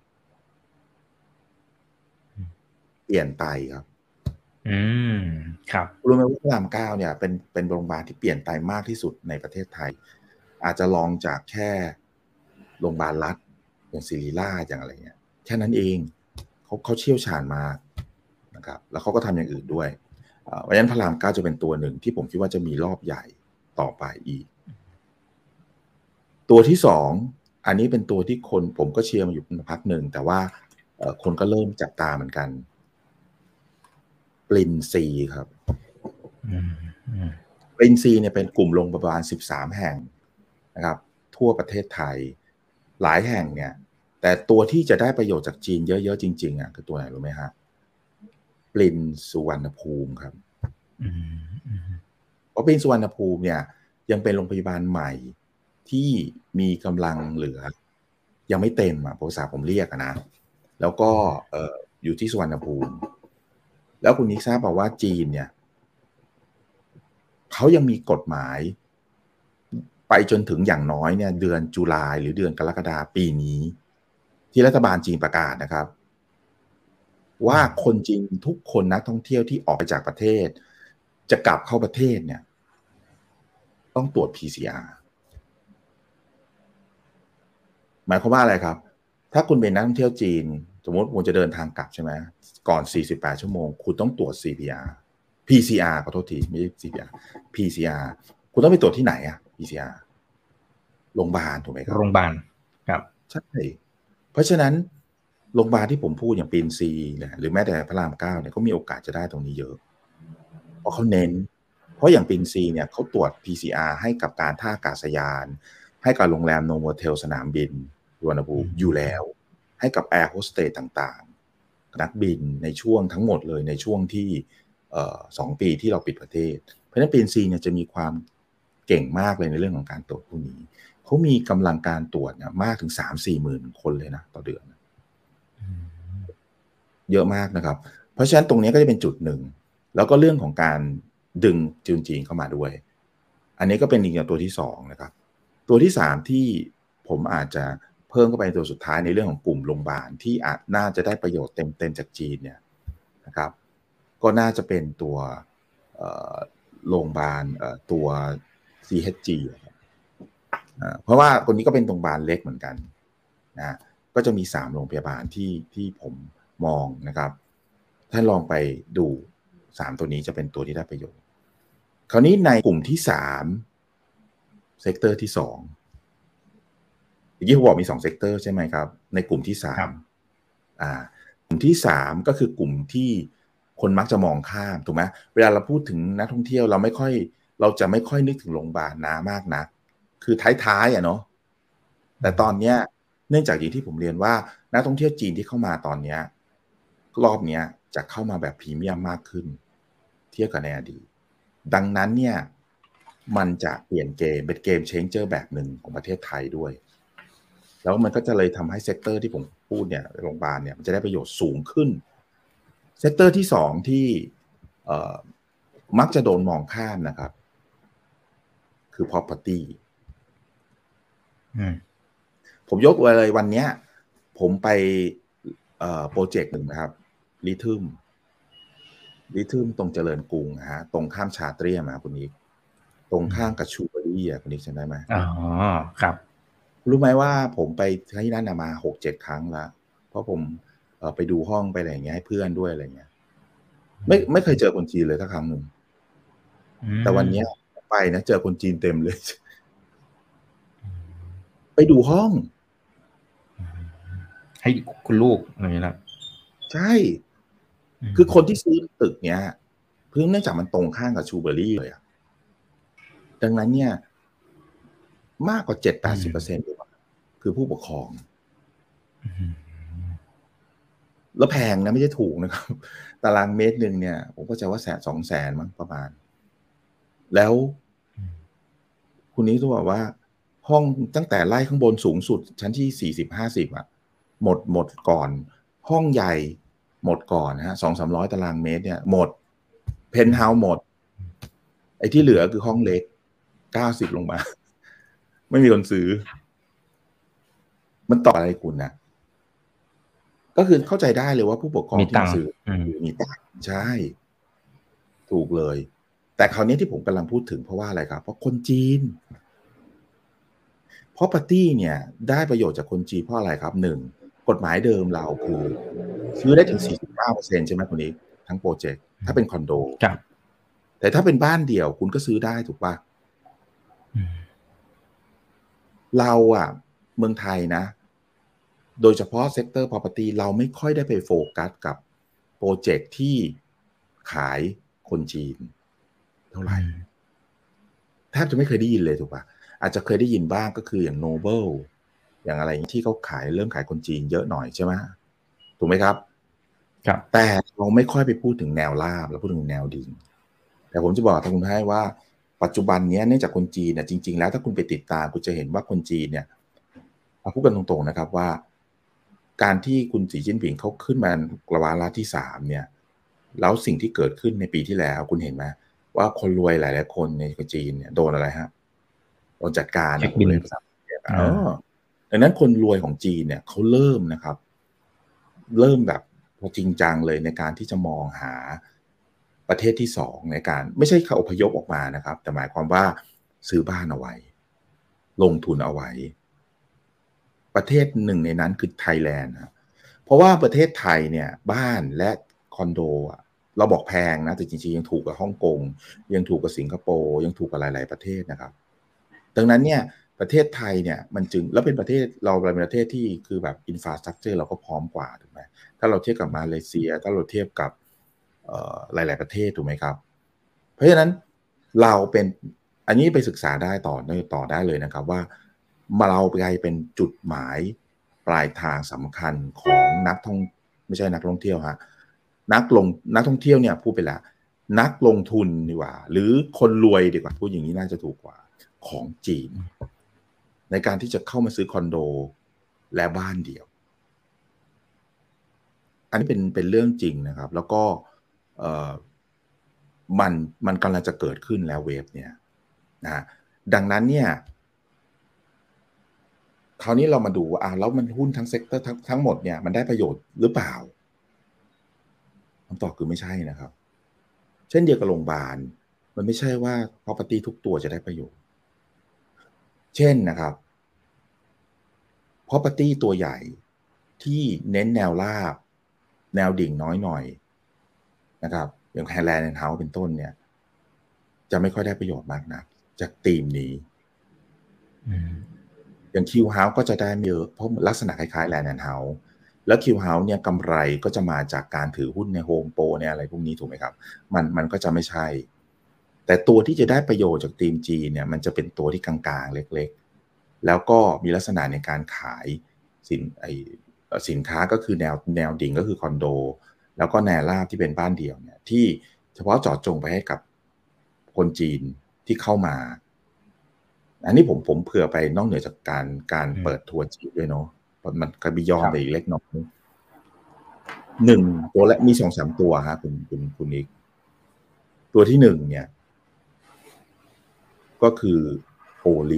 Speaker 3: เปลี่ยนไตครับ
Speaker 2: อืมครับ
Speaker 3: รู้ไหมว่าพระรามเก้าเนี่ยเป็นเป็นโรงพยาบาลที่เปลี่ยนไตมากที่สุดในประเทศไทยอาจจะลองจากแค่โรงพยาบาลรัฐอย่างศิริราชอย่างอะไรเงี้ยแค่นั้นเองเขาเขาเชี่ยวชาญมากนะครับแล้วเขาก็ทำอย่างอื่นด้วยเพราะฉะนั้นพระรามเก้าจะเป็นตัวหนึ่งที่ผมคิดว่าจะมีรอบใหญ่ต่อไปอีกตัวที่สองอันนี้เป็นตัวที่คนผมก็เชียร์มาอยู่เป็นพักหนึ่งแต่ว่าคนก็เริ่มจับตาเหมือนกันปรินซีครับปรินซีเนี่ยเป็นกลุ่มโรงพยาบาลสิบสามแห่งนะครับทั่วประเทศไทยหลายแห่งเนี่ยแต่ตัวที่จะได้ประโยชน์จากจีนเยอะๆจริงๆอ่ะคือตัวไหนรู้ไหมฮะปรินสุวรรณภูมิครับเพราะปรินสุวรรณภูมิเนี่ยยังเป็นโรงพยาบาลใหม่ที่มีกำลังเหลือยังไม่เต็มอ่ะภาษาผมเรียกนะแล้วก็เอ่ออยู่ที่สุวรรณภูมิแล้วคุณนิกทราบบอกว่าจีนเนี่ยเขายังมีกฎหมายไปจนถึงอย่างน้อยเนี่ยเดือนตุลาหรือเดือนกรกฎาคมปีนี้ที่รัฐบาลจีนประกาศนะครับว่าคนจีนทุกคนนักท่องเที่ยวที่ออกไปจากประเทศจะกลับเข้าประเทศเนี่ยต้องตรวจ พี ซี อาร์ หมายความว่าอะไรครับถ้าคุณเป็นนักท่องเที่ยวจีนสมมติคุณจะเดินทางกลับใช่ไหมก่อนสี่สิบแปดชั่วโมงคุณต้องตรวจ ซี พี อาร์ พี ซี อาร์ ขอโทษทีไม่ใช่ ซี พี อาร์ พี ซี อาร์ คุณต้องไปตรวจที่ไหนอะ พี ซี อาร์ โรงพยาบาลถูกไหมครับ
Speaker 2: โรงพยาบาลครับ
Speaker 3: ใช่เพราะฉะนั้นโรงพยาบาลที่ผมพูดอย่างปีนซีเนี่ยหรือแม้แต่พระรามเก้าเนี่ยก็มีโอกาสจะได้ตรงนี้เยอะเพราะเขาเน้นเพราะอย่างปีนซีเนี่ยเขาตรวจ พี ซี อาร์ ให้กับการท่าอากาศยานให้กับโรงแรมโนโวเทลสนามบินสุวรรณภูมิอยู่แล้วให้กับแอร์โฮสเตสต่างๆนักบินในช่วงทั้งหมดเลยในช่วงที่สองปีที่เราปิดประเทศเพราะฉะนั้นปีนซีเนี่ยจะมีความเก่งมากเลยในเรื่องของการตรวจพวกนี้เขามีกำลังการตรวจเนี่ยมากถึง สามถึงสี่ หมื่นคนเลยนะต่อเดือนเยอะมากนะครับเพราะฉะนั้นตรงนี้ก็จะเป็นจุดหนึ่งแล้วก็เรื่องของการดึงจีนจีนเข้ามาด้วยอันนี้ก็เป็นอีกตัวที่สองนะครับตัวที่สามที่ผมอาจจะเพิ่มเข้าไปตัวสุดท้ายในเรื่องของกลุ่มโรงพยาบาลที่อาจน่าจะได้ประโยชน์เต็มๆจากจีนเนี่ยนะครับก็น่าจะเป็นตัวโรงพยาบาลตัว ซี เอช จี เพราะว่าคนนี้ก็เป็นโรงพยาบาลเล็กเหมือนกันนะก็จะมีสามโรงพยาบาลที่ที่ผมมองนะครับท่านลองไปดูสามตัวนี้จะเป็นตัวที่ได้ประโยชน์คราวนี้ในกลุ่มที่สามเซกเตอร์ที่สองเมื่อกี้ผมบอกมีสองเซกเตอร์ใช่ไหมครับในกลุ่มที่สามอ่ากลุ่มที่สามก็คือกลุ่มที่คนมักจะมองข้ามถูกไหมเวลาเราพูดถึงนักท่องเที่ยวเราไม่ค่อยเราจะไม่ค่อยนึกถึงโรงพยาบาลนามากนักคือท้ายๆอ่ะเนาะแต่ตอนเนี้ยเนื่องจากอย่างที่ผมเรียนว่านักท่องเที่ยวจีนที่เข้ามาตอนเนี้ยรอบเนี้ยจะเข้ามาแบบพรีเมียมมากขึ้นเทียบกับในอดีตดังนั้นเนี่ยมันจะเปลี่ยนเกมเป็นเกมเชนเจอร์แบบหนึ่งของประเทศไทยด้วยแล้วมันก็จะเลยทำให้เซกเตอร์ที่ผมพูดเนี่ยโรงพยาบาลเนี่ยมันจะได้ประโยชน์สูงขึ้นเซกเตอร์ที่สองที่มักจะโดนมองข้ามนะครับคือ property ผมยกไว้เลยวันนี้ผมไปโปรเจกต์หนึ่งนะครับลิทึมลิทึมตรงเจริญกรุงฮะตรงข้ามชาเตรียมนะคุณนิกตรงข้างกับชูเบอรี่อ่ะคุณนิกจำได้ไหม
Speaker 2: อ๋อครับ
Speaker 3: รู้ไหมว่าผมไปที่นั่นมาหกเจ็ดครั้งแล้วเพราะผมไปดูห้องไปอะไรอย่างเงี้ยให้เพื่อนด้วยอะไรเงี้ยไม่ไม่เคยเจอคนจีนเลยสักครั้งหนึ่งแต่วันนี้ไปนะเจอคนจีนเต็มเลยไปดูห้อง
Speaker 2: ให้คุณลูกอะไรอย่างเงี้ยนะ
Speaker 3: ใช่คือคนที่ซื้อตึกเนี้ยเพิ่งเนื่องจากมันตรงข้างกับชูเบอรี่เลยอ่ะดังนั้นเนี่ยมากกว่า เจ็ดถึงแปดสิบเปอร์เซ็นต์ เลยคือผู้ปกครองแล้วแพงนะไม่ใช่ถูกนะครับตารางเมตรหนึ่งเนี่ยผมก็จะว่าแสนสองแสนมั้งประมาณแล้วคุณนี้ต้องบอกว่าห้องตั้งแต่ไล่ข้างบนสูงสุดชั้นที่สี่สิบ ห้าสิบอ่ะหมดหมดก่อนห้องใหญ่หมดก่อนนะฮะ สองถึงสามร้อย ตารางเมตรเนี่ยหมดเพนท์เฮาส์หมดไอ้ที่เหลือคือห้องเล็กเก้าสิบลงมาไม่มีคนซื้อมันต่ออะไรคุณนะก็คือเข้าใจได้เลยว่าผู้ปกครองที่ซื้อมีตังค์ใช่ถูกเลยแต่คราวนี้ที่ผมกำลังพูดถึงเพราะว่าอะไรครับเพราะคนจีนproperty เนี่ยได้ประโยชน์จากคนจีนเพราะอะไรครับหนึ่งกฎหมายเดิมเราคือซื้อได้ถึง สี่สิบเก้าเปอร์เซ็นต์ ใช่ไหมคนนี้ทั้งโปรเจกต์ถ้าเป็นคอนโดแต่ถ้าเป็นบ้านเดี่ยวคุณก็ซื้อได้ถูกป่ะเราอ่ะเมืองไทยนะโดยเฉพาะเซกเตอร์ property เราไม่ค่อยได้ไปโฟกัสกับโปรเจกต์ที่ขายคนจีนเท่าไหร่แทบจะไม่เคยได้ยินเลยถูกป่ะอาจจะเคยได้ยินบ้างก็คืออย่าง Noble อย่างอะไรที่เขาขายเริ่มขายคนจีนเยอะหน่อยใช่ไหมถูกไหมครับ
Speaker 2: ครับ
Speaker 3: แต่เราไม่ค่อยไปพูดถึงแนวราบเราพูดถึงแนวดิ่งแต่ผมจะบอกท่านคุณให้ว่าปัจจุบันนี้เนื่องจากคนจีนเนี่ยจริงๆแล้วถ้าคุณไปติดตามคุณจะเห็นว่าคนจีนเนี่ยเอาพูดกันตรงๆนะครับว่าการที่คุณสีจิ้นผิงเขาขึ้นมาระวาระที่สามเนี่ยแล้วสิ่งที่เกิดขึ้นในปีที่แล้วคุณเห็นไหมว่าคนรวยหลายๆคนในจีนเนี่ยโดนอะไรฮะโดนจัดการนะผมเลยภาษาเออดังนั้นคนรวยของจีนเนี่ยเขาเริ่มนะครับเริ่มแบบจริงจังเลยในการที่จะมองหาประเทศที่สองในการไม่ใช่เขาอพยพออกมานะครับแต่หมายความว่าซื้อบ้านเอาไว้ลงทุนเอาไว้ประเทศหนึ่งในนั้นคือไทยแลนด์นะเพราะว่าประเทศไทยเนี่ยบ้านและคอนโดเราบอกแพงนะแต่จริงๆยังถูกกับฮ่องกงยังถูกกับสิงคโปร์ยังถูกกับหลายๆประเทศนะครับดังนั้นเนี่ยประเทศไทยเนี่ยมันจึงแล้วเป็นประเทศเราเป็นประเทศที่คือแบบอินฟราสตรัคเจอร์เราก็พร้อมกว่าถูกไหมถ้าเราเทียบกับมาเลเซียถ้าเราเทียบกับหลายๆประเทศถูกไหมครับเพราะฉะนั้นเราเป็นอันนี้ไปศึกษาได้ต่อต่อได้เลยนะครับว่ามาเราไปเป็นจุดหมายปลายทางสำคัญของนักท่องไม่ใช่นักท่องเที่ยวฮะนักลงนักท่องเที่ยวเนี่ยพูดไปแล้วนักลงทุนดีกว่าหรือคนรวยดีกว่าพูดอย่างนี้น่าจะถูกกว่าของจีนในการที่จะเข้ามาซื้อคอนโดและบ้านเดี่ยวอันนี้เป็นเป็นเรื่องจริงนะครับแล้วก็มันมันกำลังจะเกิดขึ้นแล้วเวฟเนี่ยนะดังนั้นเนี่ยคราวนี้เรามาดูว่าอ่ะแล้วมันหุ้นทั้งเซกเตอร์ทั้งทั้งหมดเนี่ยมันได้ประโยชน์หรือเปล่าคำตอบคือไม่ใช่นะครับเช่นเดียวกับโรงพยาบาลมันไม่ใช่ว่า property ทุกตัวจะได้ประโยชน์เช่นนะครับ property ตัวใหญ่ที่เน้นแนวราบแนวดิ่งน้อยหน่อยนะครับอย่าง Highland and House เป็นต้นเนี่ยจะไม่ค่อยได้ประโยชน์มากนักจากธีมนี้อย่าง Q House ก็จะได้เยอะเพราะลักษณะคล้ายๆ Land and House แล้ว Q House เนี่ยกำไรก็จะมาจากการถือหุ้นใน Home Pro เนี่ยอะไรพวกนี้ถูกไหมครับมันมันก็จะไม่ใช่แต่ตัวที่จะได้ประโยชน์จากธีม G เนี่ยมันจะเป็นตัวที่กลางๆเล็กๆแล้วก็มีลักษณะในการขายสินไอสินค้าก็คือแนวแนวดิ่งก็คือคอนโดแล้วก็แนวราบที่เป็นบ้านเดี่ยวเนี่ยที่เฉพาะเจาะจงไปให้กับคนจีนที่เข้ามาอันนี้ผมผมเผื่อไปนอกเหนือจากการการเปิดทัวร์จีนด้วยเนาะมันก็บิยอนไปอีกเล็กน้อยหนึ่งตัวและมีสองสามตัวฮะคุณคุณคุณนิกตัวที่หนึ่งเนี่ยก็คือโอลิ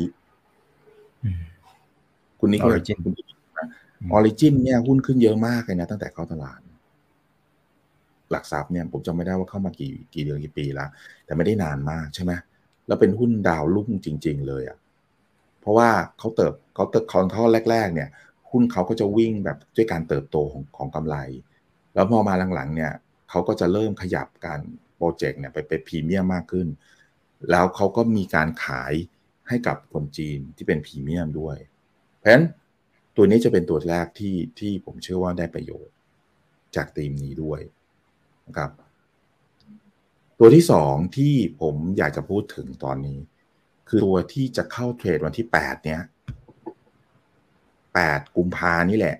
Speaker 3: คุณนิกออริจินออริจินเนี่ยหุ้นขึ้นเยอะมากเลยนะตั้งแต่เข้าตลาดหลักทรัพย์เนี่ยผมจำไม่ได้ว่าเข้ามากี่กี่เดือนกี่ปีแล้วแต่ไม่ได้นานมากใช่ไหมแล้วเป็นหุ้นดาวรุ่งจริงๆเลยอ่ะเพราะว่าเขาเติบเขาเติบคอนท่อแรกๆเนี่ยหุ้นเขาก็จะวิ่งแบบด้วยการเติบโตของของกำไรแล้วพอมาหลังๆเนี่ยเขาก็จะเริ่มขยับการโปรเจกต์เนี่ยไปเป็นพรีเมียมมากขึ้นแล้วเขาก็มีการขายให้กับคนจีนที่เป็นพรีเมียมด้วยเพราะฉะนั้นตัวนี้จะเป็นตัวแรกที่ที่ผมเชื่อว่าได้ประโยชน์จากธีมนี้ด้วยนะครับตัวที่สองที่ผมอยากจะพูดถึงตอนนี้คือตัวที่จะเข้าเทรดวันที่แปดเนี้ยแปดกุมภานี่แหละ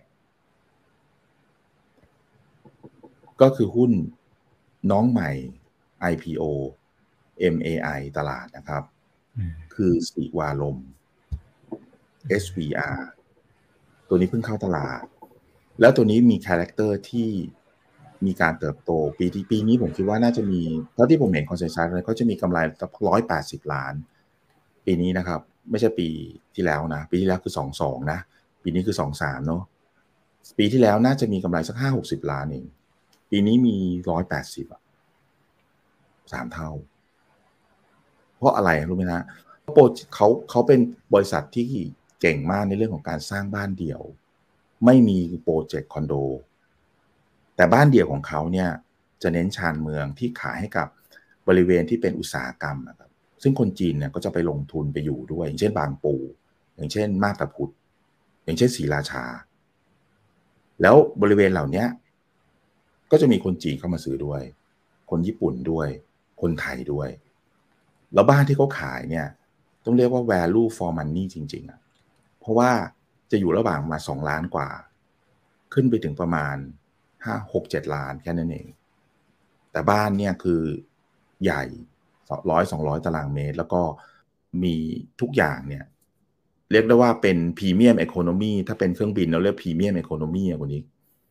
Speaker 3: ก็คือหุ้นน้องใหม่ ไอ พี โอ เอ็ม เอ ไอ ตลาดนะครับคือสีวาลม เอส วี อาร์ ตัวนี้เพิ่งเข้าตลาดแล้วตัวนี้มีคาแรคเตอร์ที่มีการเติบโตปีที่ปีนี้ผมคิดว่าน่าจะมีเท่าที่ผมเห็นคอนเซนแซสเลยเขาจะมีกำไรสักหนึ่งร้อยแปดสิบล้านปีนี้นะครับไม่ใช่ปีที่แล้วนะปีที่แล้วคือสองสิบสองนะปีนี้คือสองสิบสามเนาะปีที่แล้วน่าจะมีกำไรสักห้าหกสิบล้านเองปีนี้มีหนึ่งร้อยแปดสิบอ่ะสามเท่าเพราะอะไรรู้ไหมนะโปรเขาเขาเป็นบริษัทที่เก่งมากในเรื่องของการสร้างบ้านเดี่ยวไม่มีโปรเจกต์คอนโดแต่บ้านเดี่ยวของเขาเนี่ยจะเน้นชานเมืองที่ขายให้กับบริเวณที่เป็นอุตสาหกรรมนะครับซึ่งคนจีนเนี่ยก็จะไปลงทุนไปอยู่ด้วยอย่างเช่นบางปูอย่างเช่นมาบตาพุธอย่างเช่นศรีราชาแล้วบริเวณเหล่านี้ก็จะมีคนจีนเข้ามาซื้อด้วยคนญี่ปุ่นด้วยคนไทยด้วยแล้วบ้านที่เขาขายเนี่ยต้องเรียกว่า value for money จริงๆอ่ะเพราะว่าจะอยู่ระหว่างมาสองล้านกว่าขึ้นไปถึงประมาณห้า หก เจ็ดล้านแค่นั้นเองแต่บ้านเนี่ยคือใหญ่สองร้อย สองร้อยตารางเมตรแล้วก็มีทุกอย่างเนี่ยเรียกได้ว่าเป็นพรีเมียมอีโคโนมีถ้าเป็นเครื่องบินเราเรียกพรีเมียมอีโคโนมีอ่ะคุณนี้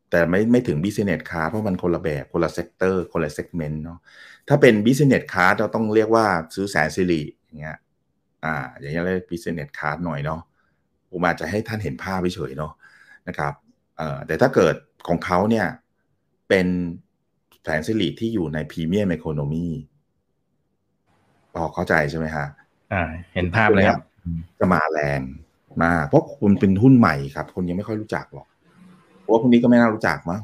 Speaker 3: แต่ไม่ไม่ถึง business class เพราะมันคนละแบบคนละเซกเตอร์คนละเซกเมนต์เนาะถ้าเป็น business class เราต้องเรียกว่าซื้อแสนสิริอย่างเงี้ยอ่าอย่างเงี้ยเรียก business class หน่อยเนาะผมอาจจะให้ท่านเห็นภาพเฉยๆเนาะนะครับเอ่อแต่ถ้าเกิดของเขาเนี่ยเป็นแสนสิริที่อยู่ใน premium economy พอเข้าใจใช่ไหมฮะ
Speaker 2: อ่าเห็นภาพเลยครับ
Speaker 3: จะมาแรงมากเพราะคุณเป็นหุ้นใหม่ครับคนยังไม่ค่อยรู้จักหรอกเพราะว่าพวกนี้ก็ไม่น่ารู้จักมั้ง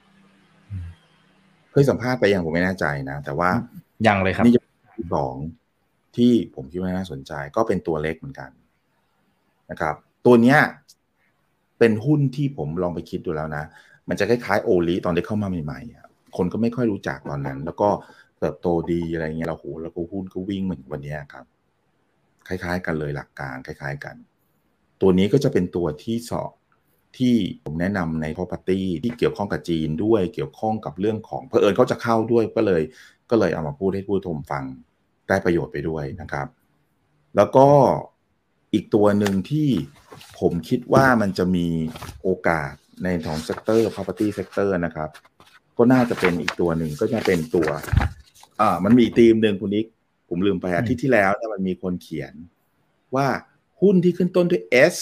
Speaker 3: เคยสัมภาษณ์ไปยังผมไม่แน่ใจนะแต่ว่า
Speaker 2: ยังเลยครับ
Speaker 3: นี่จะที่สองที่ผมคิดว่าน่าสนใจก็เป็นตัวเล็กเหมือนกันนะครับตัวเนี้ยเป็นหุ้นที่ผมลองไปคิดดูแล้วนะมันจะคล้ายๆโอลิตอนที่เข้ามาใหม่ๆคนก็ไม่ค่อยรู้จักตอนนั้นแล้วก็เติบโตดีอะไรเงี้ยเราโหแล้วก็หุ้นก็วิ่งเหมือนวันนี้ครับคล้ายๆกันเลยหลักการคล้ายๆกันตัวนี้ก็จะเป็นตัวที่สอบที่ผมแนะนำใน property ที่เกี่ยวข้องกับจีนด้วยเกี่ยวข้องกับเรื่องของเผอิญเขาจะเข้าด้วยก็เลยก็เลยเอามาพูดให้ผู้ชมฟังได้ประโยชน์ไปด้วยนะครับแล้วก็อีกตัวหนึ่งที่ผมคิดว่ามันจะมีโอกาสในของ sector property sector นะครับก็น่าจะเป็นอีกตัวหนึ่งก็จะเป็นตัวอ่ามันมีธีมหนึ่งคุณนิกผมลืมไปอาทิตย์ที่แล้วเนี่ยมันมีคนเขียนว่าหุ้นที่ขึ้นต้นด้วย S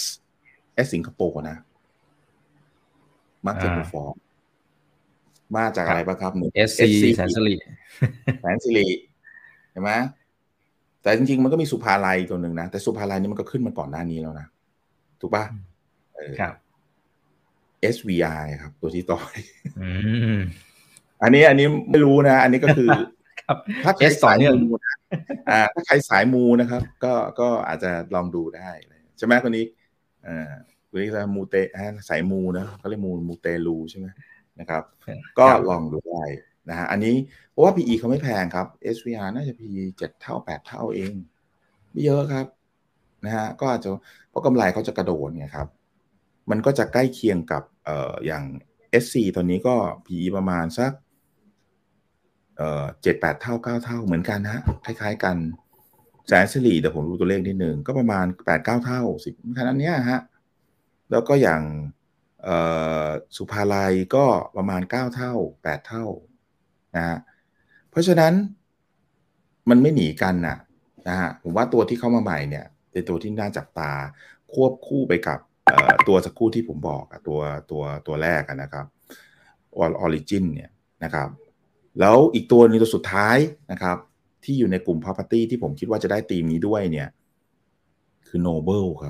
Speaker 3: S สิงคโปร์นะมักจะเพอร์ฟอร์มมาจากอะไรบ้างครับหนึ่ง
Speaker 2: เอส ซี แสนสิริ
Speaker 3: แสนสิริใช่ไหมแต่จริงๆมันก็มีสุภาลัยตัวหนึ่งนะแต่สุภาลัยนี่มันก็ขึ้นมาก่อนหน้านี้แล้วนะถูกป่ะ
Speaker 2: ครับ
Speaker 3: เอส วี ไอ ครับตัวที่ต่อยอันนี้อันนี้ไม่รู้นะอันนี้ก็คือถ้าใครสายมูนะอ่าถ้าใครสายมูนะครับก็ก็อาจจะลองดูได้ใช่ไหมคนนี้อ่าคนนี้จะมูเตสายมูนะเขาเรียกมูมูเตลูใช่ไหมนะครับก็ลองดูได้นะฮะอันนี้เพราะว่า พี อี เขาไม่แพงครับ เอส วี อาร์ น่าจะ พี อี เจ็ดเท่าแปดเท่าเองไม่เยอะครับนะฮะก็อาจจะเพราะกำไรเขาจะกระโดดไงครับมันก็จะใกล้เคียงกับเอ่ออย่าง เอส ซี ตอนนี้ก็ พี อี ประมาณสักเอ่อเจ็ดแปดเท่าเก้าเท่าเหมือนกันนะคล้ายๆกันแสนสิริแต่ผมดูตัวเลขนิดนึงก็ประมาณแปดเก้าเท่าสิบขนาดนี้ฮะแล้วก็อย่างเอ่อสุภาลัยก็ประมาณเก้าเท่าแปดเท่านะฮะเพราะฉะนั้นมันไม่หนีกันนะนะฮะผมว่าตัวที่เข้ามาใหม่เนี่ยเป็นตัวที่น่าจับตาควบคู่ไปกับตัวสักครู่ที่ผมบอกตัวตัวตัวแรกนะครับออริจินเนี่ยนะครับแล้วอีกตัวนึงตัวสุดท้ายนะครับที่อยู่ในกลุ่ม property ที่ผมคิดว่าจะได้ธีมนี้ด้วยเนี่ยคือ Noble ครับ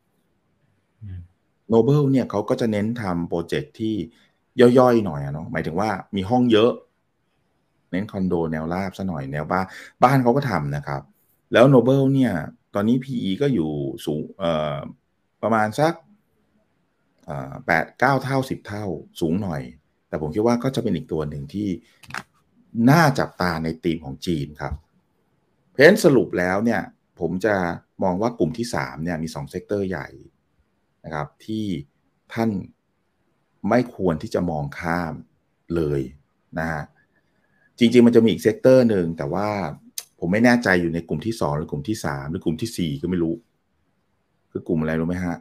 Speaker 3: Noble เนี่ยเขาก็จะเน้นทำโปรเจกต์ที่ย่อยๆหน่อยเนาะหมายถึงว่ามีห้องเยอะเน้นคอนโดแนวราบซะหน่อยแนวบ้านบ้านเขาก็ทำนะครับแล้ว Noble เนี่ยตอนนี้ พี อี ก็อยู่สูงเอ่อประมาณสักแปดเก้าเท่าสิบเท่าสูงหน่อยแต่ผมคิดว่าก็จะเป็นอีกตัวหนึ่งที่น่าจับตาในธีมของจีนครับเพราะฉะนั้นสรุปแล้วเนี่ยผมจะมองว่ากลุ่มที่สามเนี่ยมีสองเซกเตอร์ใหญ่นะครับที่ท่านไม่ควรที่จะมองข้ามเลยนะฮะจริงๆมันจะมีอีกเซกเตอร์หนึ่งแต่ว่าผมไม่แน่ใจอยู่ในกลุ่มที่สองหรือกลุ่มที่สามหรือกลุ่มที่สี่ก็ไม่รู้คือกลุ่มอะไรรู้ไหมฮะ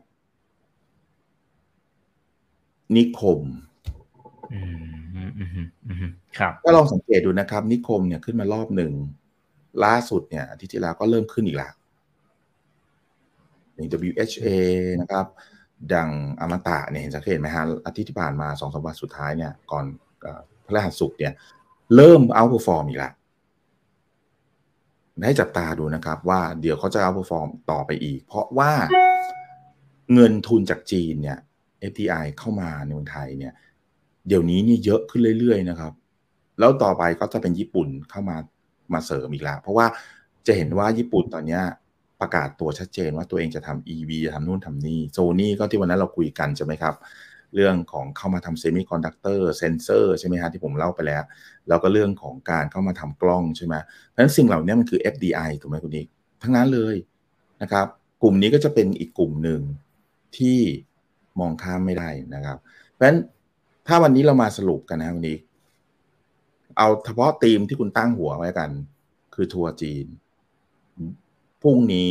Speaker 3: นิคม
Speaker 2: ครับ
Speaker 3: ก็ลองสังเกตดูนะครับนิคมเนี่ยขึ้นมารอบหนึ่งล่าสุดเนี่ยอาทิตย์ที่แล้วก็เริ่มขึ้นอีกแล้วอย่าง ดับเบิลยู เอช เอ นะครับดังอมตะเนี่ยเห็นสังเกตไหมฮะอาทิตย์ที่ผ่านมา สองถึงสาม วันสุดท้ายเนี่ยก่อนพฤหัสศุกร์เนี่ยเริ่มเอาท์เพอร์ฟอร์มอีกแล้วให้จับตาดูนะครับว่าเดี๋ยวเขาจะเอาท์เพอร์ฟอร์มต่อไปอีกเพราะว่าเงินทุนจากจีนเนี่ย เอฟ ดี ไอ เข้ามาในเมืองไทยเนี่ยเดี๋ยวนี้นี่เยอะขึ้นเรื่อยๆนะครับแล้วต่อไปก็จะเป็นญี่ปุ่นเข้ามามาเสริมอีกแล้วเพราะว่าจะเห็นว่าญี่ปุ่นตอนนี้ประกาศตัวชัดเจนว่าตัวเองจะทำ อี วี จะทำนู่นทำนี่โซนี่ก็ที่วันนั้นเราคุยกันใช่ไหมครับเรื่องของเข้ามาทำเซมิคอนดักเตอร์เซนเซอร์ใช่ไหมฮะที่ผมเล่าไปแล้วแล้วก็เรื่องของการเข้ามาทำกล้องใช่ไหมเพราะฉะนั้นสิ่งเหล่านี้มันคือ เอฟ ดี ไอ ถูกไหมคุณนิกทั้งนั้นเลยนะครับกลุ่มนี้ก็จะเป็นอีกกลุ่มหนึ่งที่มองข้ามไม่ได้นะครับเพราะฉะนั้นถ้าวันนี้เรามาสรุปกันนะวันนี้เอาเฉพาะธีมที่คุณตั้งหัวไว้กันคือทัวร์จีนพรุ่งนี้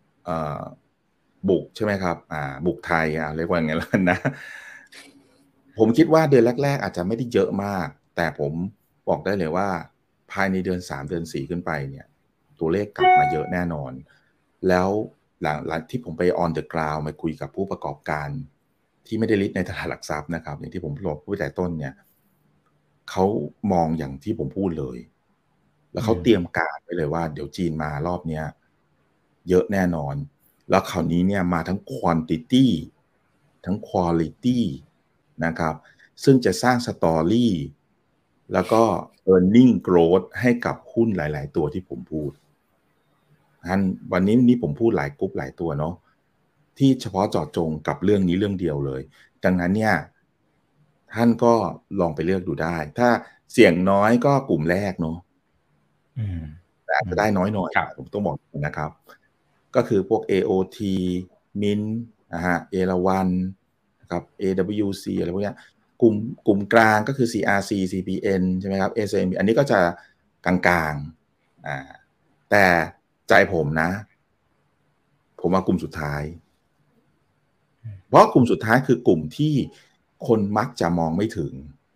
Speaker 3: บุกใช่ไหมครับอ่าบุกไทยอ่ะเรียกว่าอย่างไงแล้วนะผมคิดว่าเดือนแรกๆอาจจะไม่ได้เยอะมากแต่ผมบอกได้เลยว่าภายในเดือนสามเดือนสี่ขึ้นไปเนี่ยตัวเลขกลับมาเยอะแน่นอนแล้วหลังหลังที่ผมไป on the ground มาคุยกับผู้ประกอบการที่ไม่ได้ลิสต์ในตลาดหลักทรัพย์นะครับอย่างที่ผมบอกผู้แต่ต้นเนี่ยเขามองอย่างที่ผมพูดเลยแล้วเขาเตรียมการไว้เลยว่าเดี๋ยวจีนมารอบเนี้ยเยอะแน่นอนแล้วคราวนี้เนี่ยมาทั้ง quantity ทั้ง quality นะครับซึ่งจะสร้างสตอรี่แล้วก็ earning growth ให้กับหุ้นหลายๆตัวที่ผมพูดท่านวันนี้นี่ผมพูดหลายกรุ๊ปหลายตัวเนาะที่เฉพาะเจาะจงกับเรื่องนี้เรื่องเดียวเลยดังนั้นเนี่ยท่านก็ลองไปเลือกดูได้ถ้าเสี่ยงน้อยก็กลุ่มแรกเนาะแต่อาจจะได้น้อยหน่อยผมต้องบอกนะครับก็คือพวก เอ โอ ที Mint นะฮะ เอ แอล วัน นะครับ เอ ดับเบิลยู ซี อะไรพวกนี้กลุ่มกลุ่มกลางก็คือ ซี อาร์ ซี ซี พี เอ็น ใช่ไหมครับ เอส เอ็ม อันนี้ก็จะกลางๆอ่าแต่ใจผมนะผมว่ากลุ่มสุดท้ายเพราะกลุ่มสุดท้ายคือกลุ่มที่คนมักจะมองไม่ถึง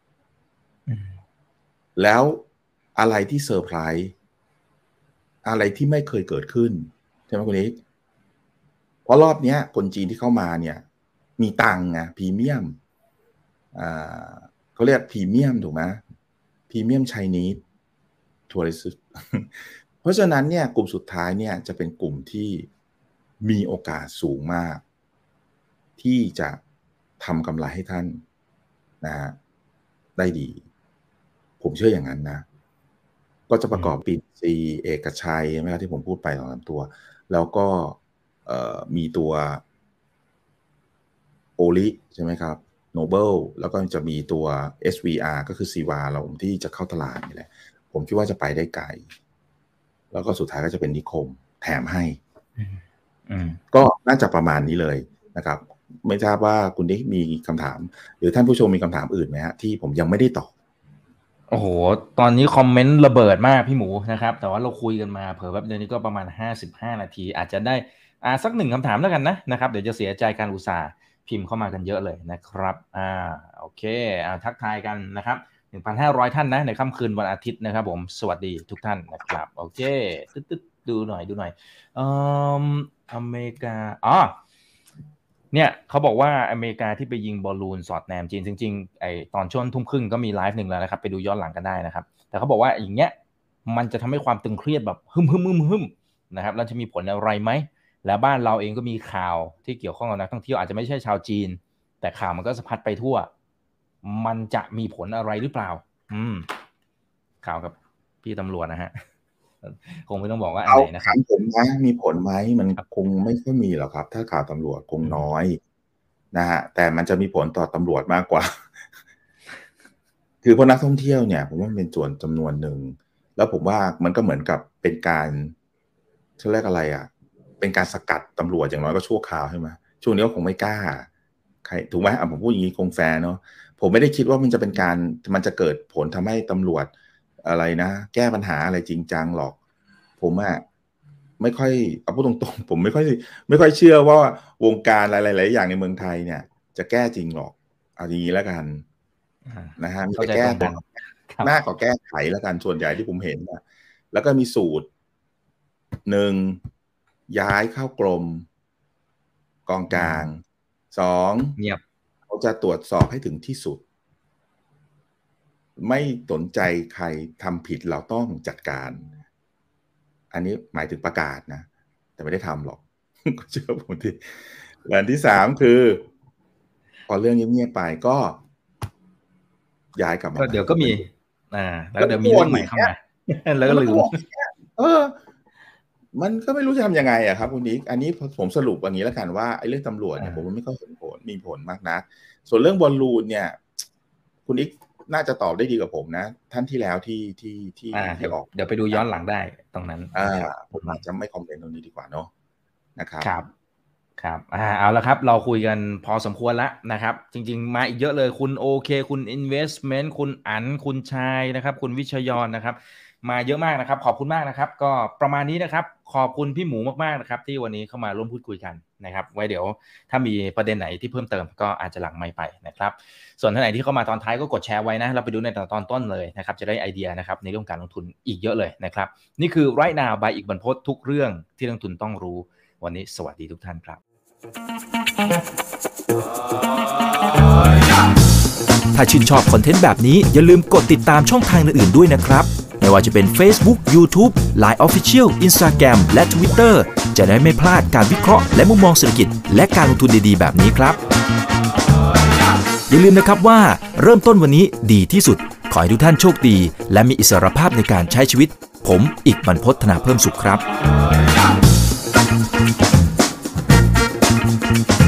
Speaker 3: แล้วอะไรที่เซอร์ไพรส์อะไรที่ไม่เคยเกิดขึ้นใช่ไหมคุณนิกเพราะรอบนี้คนจีนที่เข้ามาเนี่ยมีตังค์ไงพรีเมียมอ่าเขาเรียกพรีเมียมถูกไหมพรีเมียมไชนีสทัวริสต์เพราะฉะนั้นเนี่ยกลุ่มสุดท้ายเนี่ยจะเป็นกลุ่มที่มีโอกาสสูงมากที่จะทำกำไรให้ท่านนะฮะได้ดีผมเชื่ออย่างนั้นนะก็จะประกอบปีซีเอกชัยใช่ไหมครับที่ผมพูดไปสองสามตัวแล้วก็มีตัวโอลิใช่ไหมครับโนเบิลแล้วก็จะมีตัว เอส วี อาร์ ก็คือซีวาเราที่จะเข้าตลาดนี่แหละผมคิดว่าจะไปได้ไกลแล้วก็สุดท้ายก็จะเป็นนิคมแถมให้ก็น่าจะประมาณนี้เลยนะครับไม่ทราบว่าคุณนิกมีคำถามหรือท่านผู้ชมมีคำถามอื่นไหมฮะที่ผมยังไม่ได้ตอบ
Speaker 2: โอ้โหตอนนี้คอมเมนต์ระเบิดมากพี่หมูนะครับแต่ว่าเราคุยกันมาเผลอแบบเดือนนี้ก็ประมาณห้าสิบห้านาทีอาจจะได้อ่าสักหนึ่งคำถามแล้วกันนะนะครับเดี๋ยวจะเสียใจการอุตส่าห์พิมพ์เข้ามากันเยอะเลยนะครับอ่าโอเคอ่าทักทายกันนะครับ หนึ่งพันห้าร้อย ท่านนะในค่ำคืนวันอาทิตย์นะครับผมสวัสดีทุกท่านนะครับโอเคตึ๊ดๆดูหน่อยดูหน่อยเอ่ออเมริกาอ๋อเนี่ยเขาบอกว่าอเมริกาที่ไปยิงบอลลูนสอดแนมจีนจริงๆไอตอนช่วงทุ่มครึ่งก็มีไลฟ์หนึ่งแล้วนะครับไปดูย้อนหลังกันได้นะครับแต่เขาบอกว่าอย่างเงี้ยมันจะทำให้ความตึงเครียดแบบหึมหึมหึมหึมนะครับแล้วจะมีผลอะไรไหมแล้วบ้านเราเองก็มีข่าวที่เกี่ยวข้องกับนักท่องเที่ยวอาจจะไม่ใช่ชาวจีนแต่ข่าวมันก็สะพัดไปทั่วมันจะมีผลอะไรหรือเปล่าอืมข่าวกับพี่ตำรวจนะฮะคงไม่ต้องบอกว่าอันไหนนะครับ
Speaker 3: ผมนะมีผลไหมมันคงไม่ค่อยมีหรอกครับถ้าข่าวตำรวจคงน้อยนะฮะแต่มันจะมีผลต่อตำรวจมากกว่าคือพวกนักท่องเที่ยวเนี่ยผมว่าเป็นส่วนจำนวนหนึ่งแล้วผมว่ามันก็เหมือนกับเป็นการเขาเรียกอะไรอ่ะเป็นการสกัดตำรวจอย่างน้อยก็ชั่วคราวใช่ไหมช่วงนี้ก็คงไม่กล้าใครถูกไหมอ่ะผมพูดอย่างนี้คงแฟร์เนาะผมไม่ได้คิดว่ามันจะเป็นการมันจะเกิดผลทำให้ตำรวจอะไรนะแก้ปัญหาอะไรจริงจังหรอกผมอะไม่ค่อยเอาพูดตรงๆผมไม่ค่อยไม่ค่อยเชื่อว่าวงการหลายๆอย่างในเมืองไทยเนี่ยจะแก้จริงหรอกเอาอย่างนี้แล้วกันนะฮะมีแต่แก้ตัวมากกว่าแก้ไขแล้วกันส่วนใหญ่ที่ผมเห็นนะแล้วก็มีสูตรหนึ่งย้ายเข้ากรมกองกลางสอง
Speaker 2: เงียบ
Speaker 3: เขาจะตรวจสอบให้ถึงที่สุดไม่สนใจใครทำผิดเราต้องจัดการอันนี้หมายถึงประกาศนะแต่ไม่ได้ทำหรอกก็เชื่อผมที่อันที่สามคือพอเรื่องเงียบๆไปก็ย้ายกลับมา
Speaker 2: เดี๋ยวก็มีอ่าแล้วเดี๋ยวมีเรื่องใหม่เข้ามาแล้วก็ลืม
Speaker 3: เออมันก็ไม่รู้จะทำยังไงอะครับคุณนิกอันนี้ผมสรุปอย่างนี้แล้วกันว่าไอ้เรื่องตำรวจเนี่ยผมไม่ค่อยเห็นผลมีผลมากนะส่วนเรื่องบอลลูนเนี่ยคุณนิกน่าจะตอบได้ดีกว่าผมนะท่านที่แล้วที่ที่ที่ที่ออก
Speaker 2: เดี๋ยวไปดูย้อนหลังได้ตรงนั้น
Speaker 3: อ่าผมอาจจะไม่คอมเมนต์ตรงนี้ดีกว่าเนาะนะครับ
Speaker 2: ครับครับอ่าเอาละครับเราคุยกันพอสมควรแล้วนะครับจริงๆมาอีกเยอะเลยคุณโอเคคุณ investment คุณอั๋นคุณชายนะครับคุณวิชยรนะครับมาเยอะมากนะครับขอบคุณมากนะครับก็ประมาณนี้นะครับขอบคุณพี่หมูมากๆนะครับที่วันนี้เข้ามาร่วมพูดคุยกันนะครับไว้เดี๋ยวถ้ามีประเด็นไหนที่เพิ่มเติมก็อาจจะหลังไมค์ไปนะครับส่วนท่านไหนที่เข้ามาตอนท้ายก็กดแชร์ไว้นะเราไปดูในตอนต้นเลยนะครับจะได้ไอเดียนะครับในเรื่องการลงทุนอีกเยอะเลยนะครับนี่คือ Right Now by อีกบรรพตทุกเรื่องที่นักลงทุนต้องรู้วันนี้สวัสดีทุกท่านครับ
Speaker 4: ถ้าชื่นชอบคอนเทนต์แบบนี้อย่าลืมกดติดตามช่องทางอื่นๆด้วยนะครับไม่ว่าจะเป็น Facebook, YouTube, ไลน์ Official, Instagram และ Twitter จะได้ไม่พลาดการวิเคราะห์และมุมมองเศรษฐกิจและการลงทุนดีๆแบบนี้ครับอย่าลืมนะครับว่าเริ่มต้นวันนี้ดีที่สุดขอให้ทุกท่านโชคดีและมีอิสรภาพในการใช้ชีวิตผมอีกบรรพต ธนาเพิ่มสุขครับ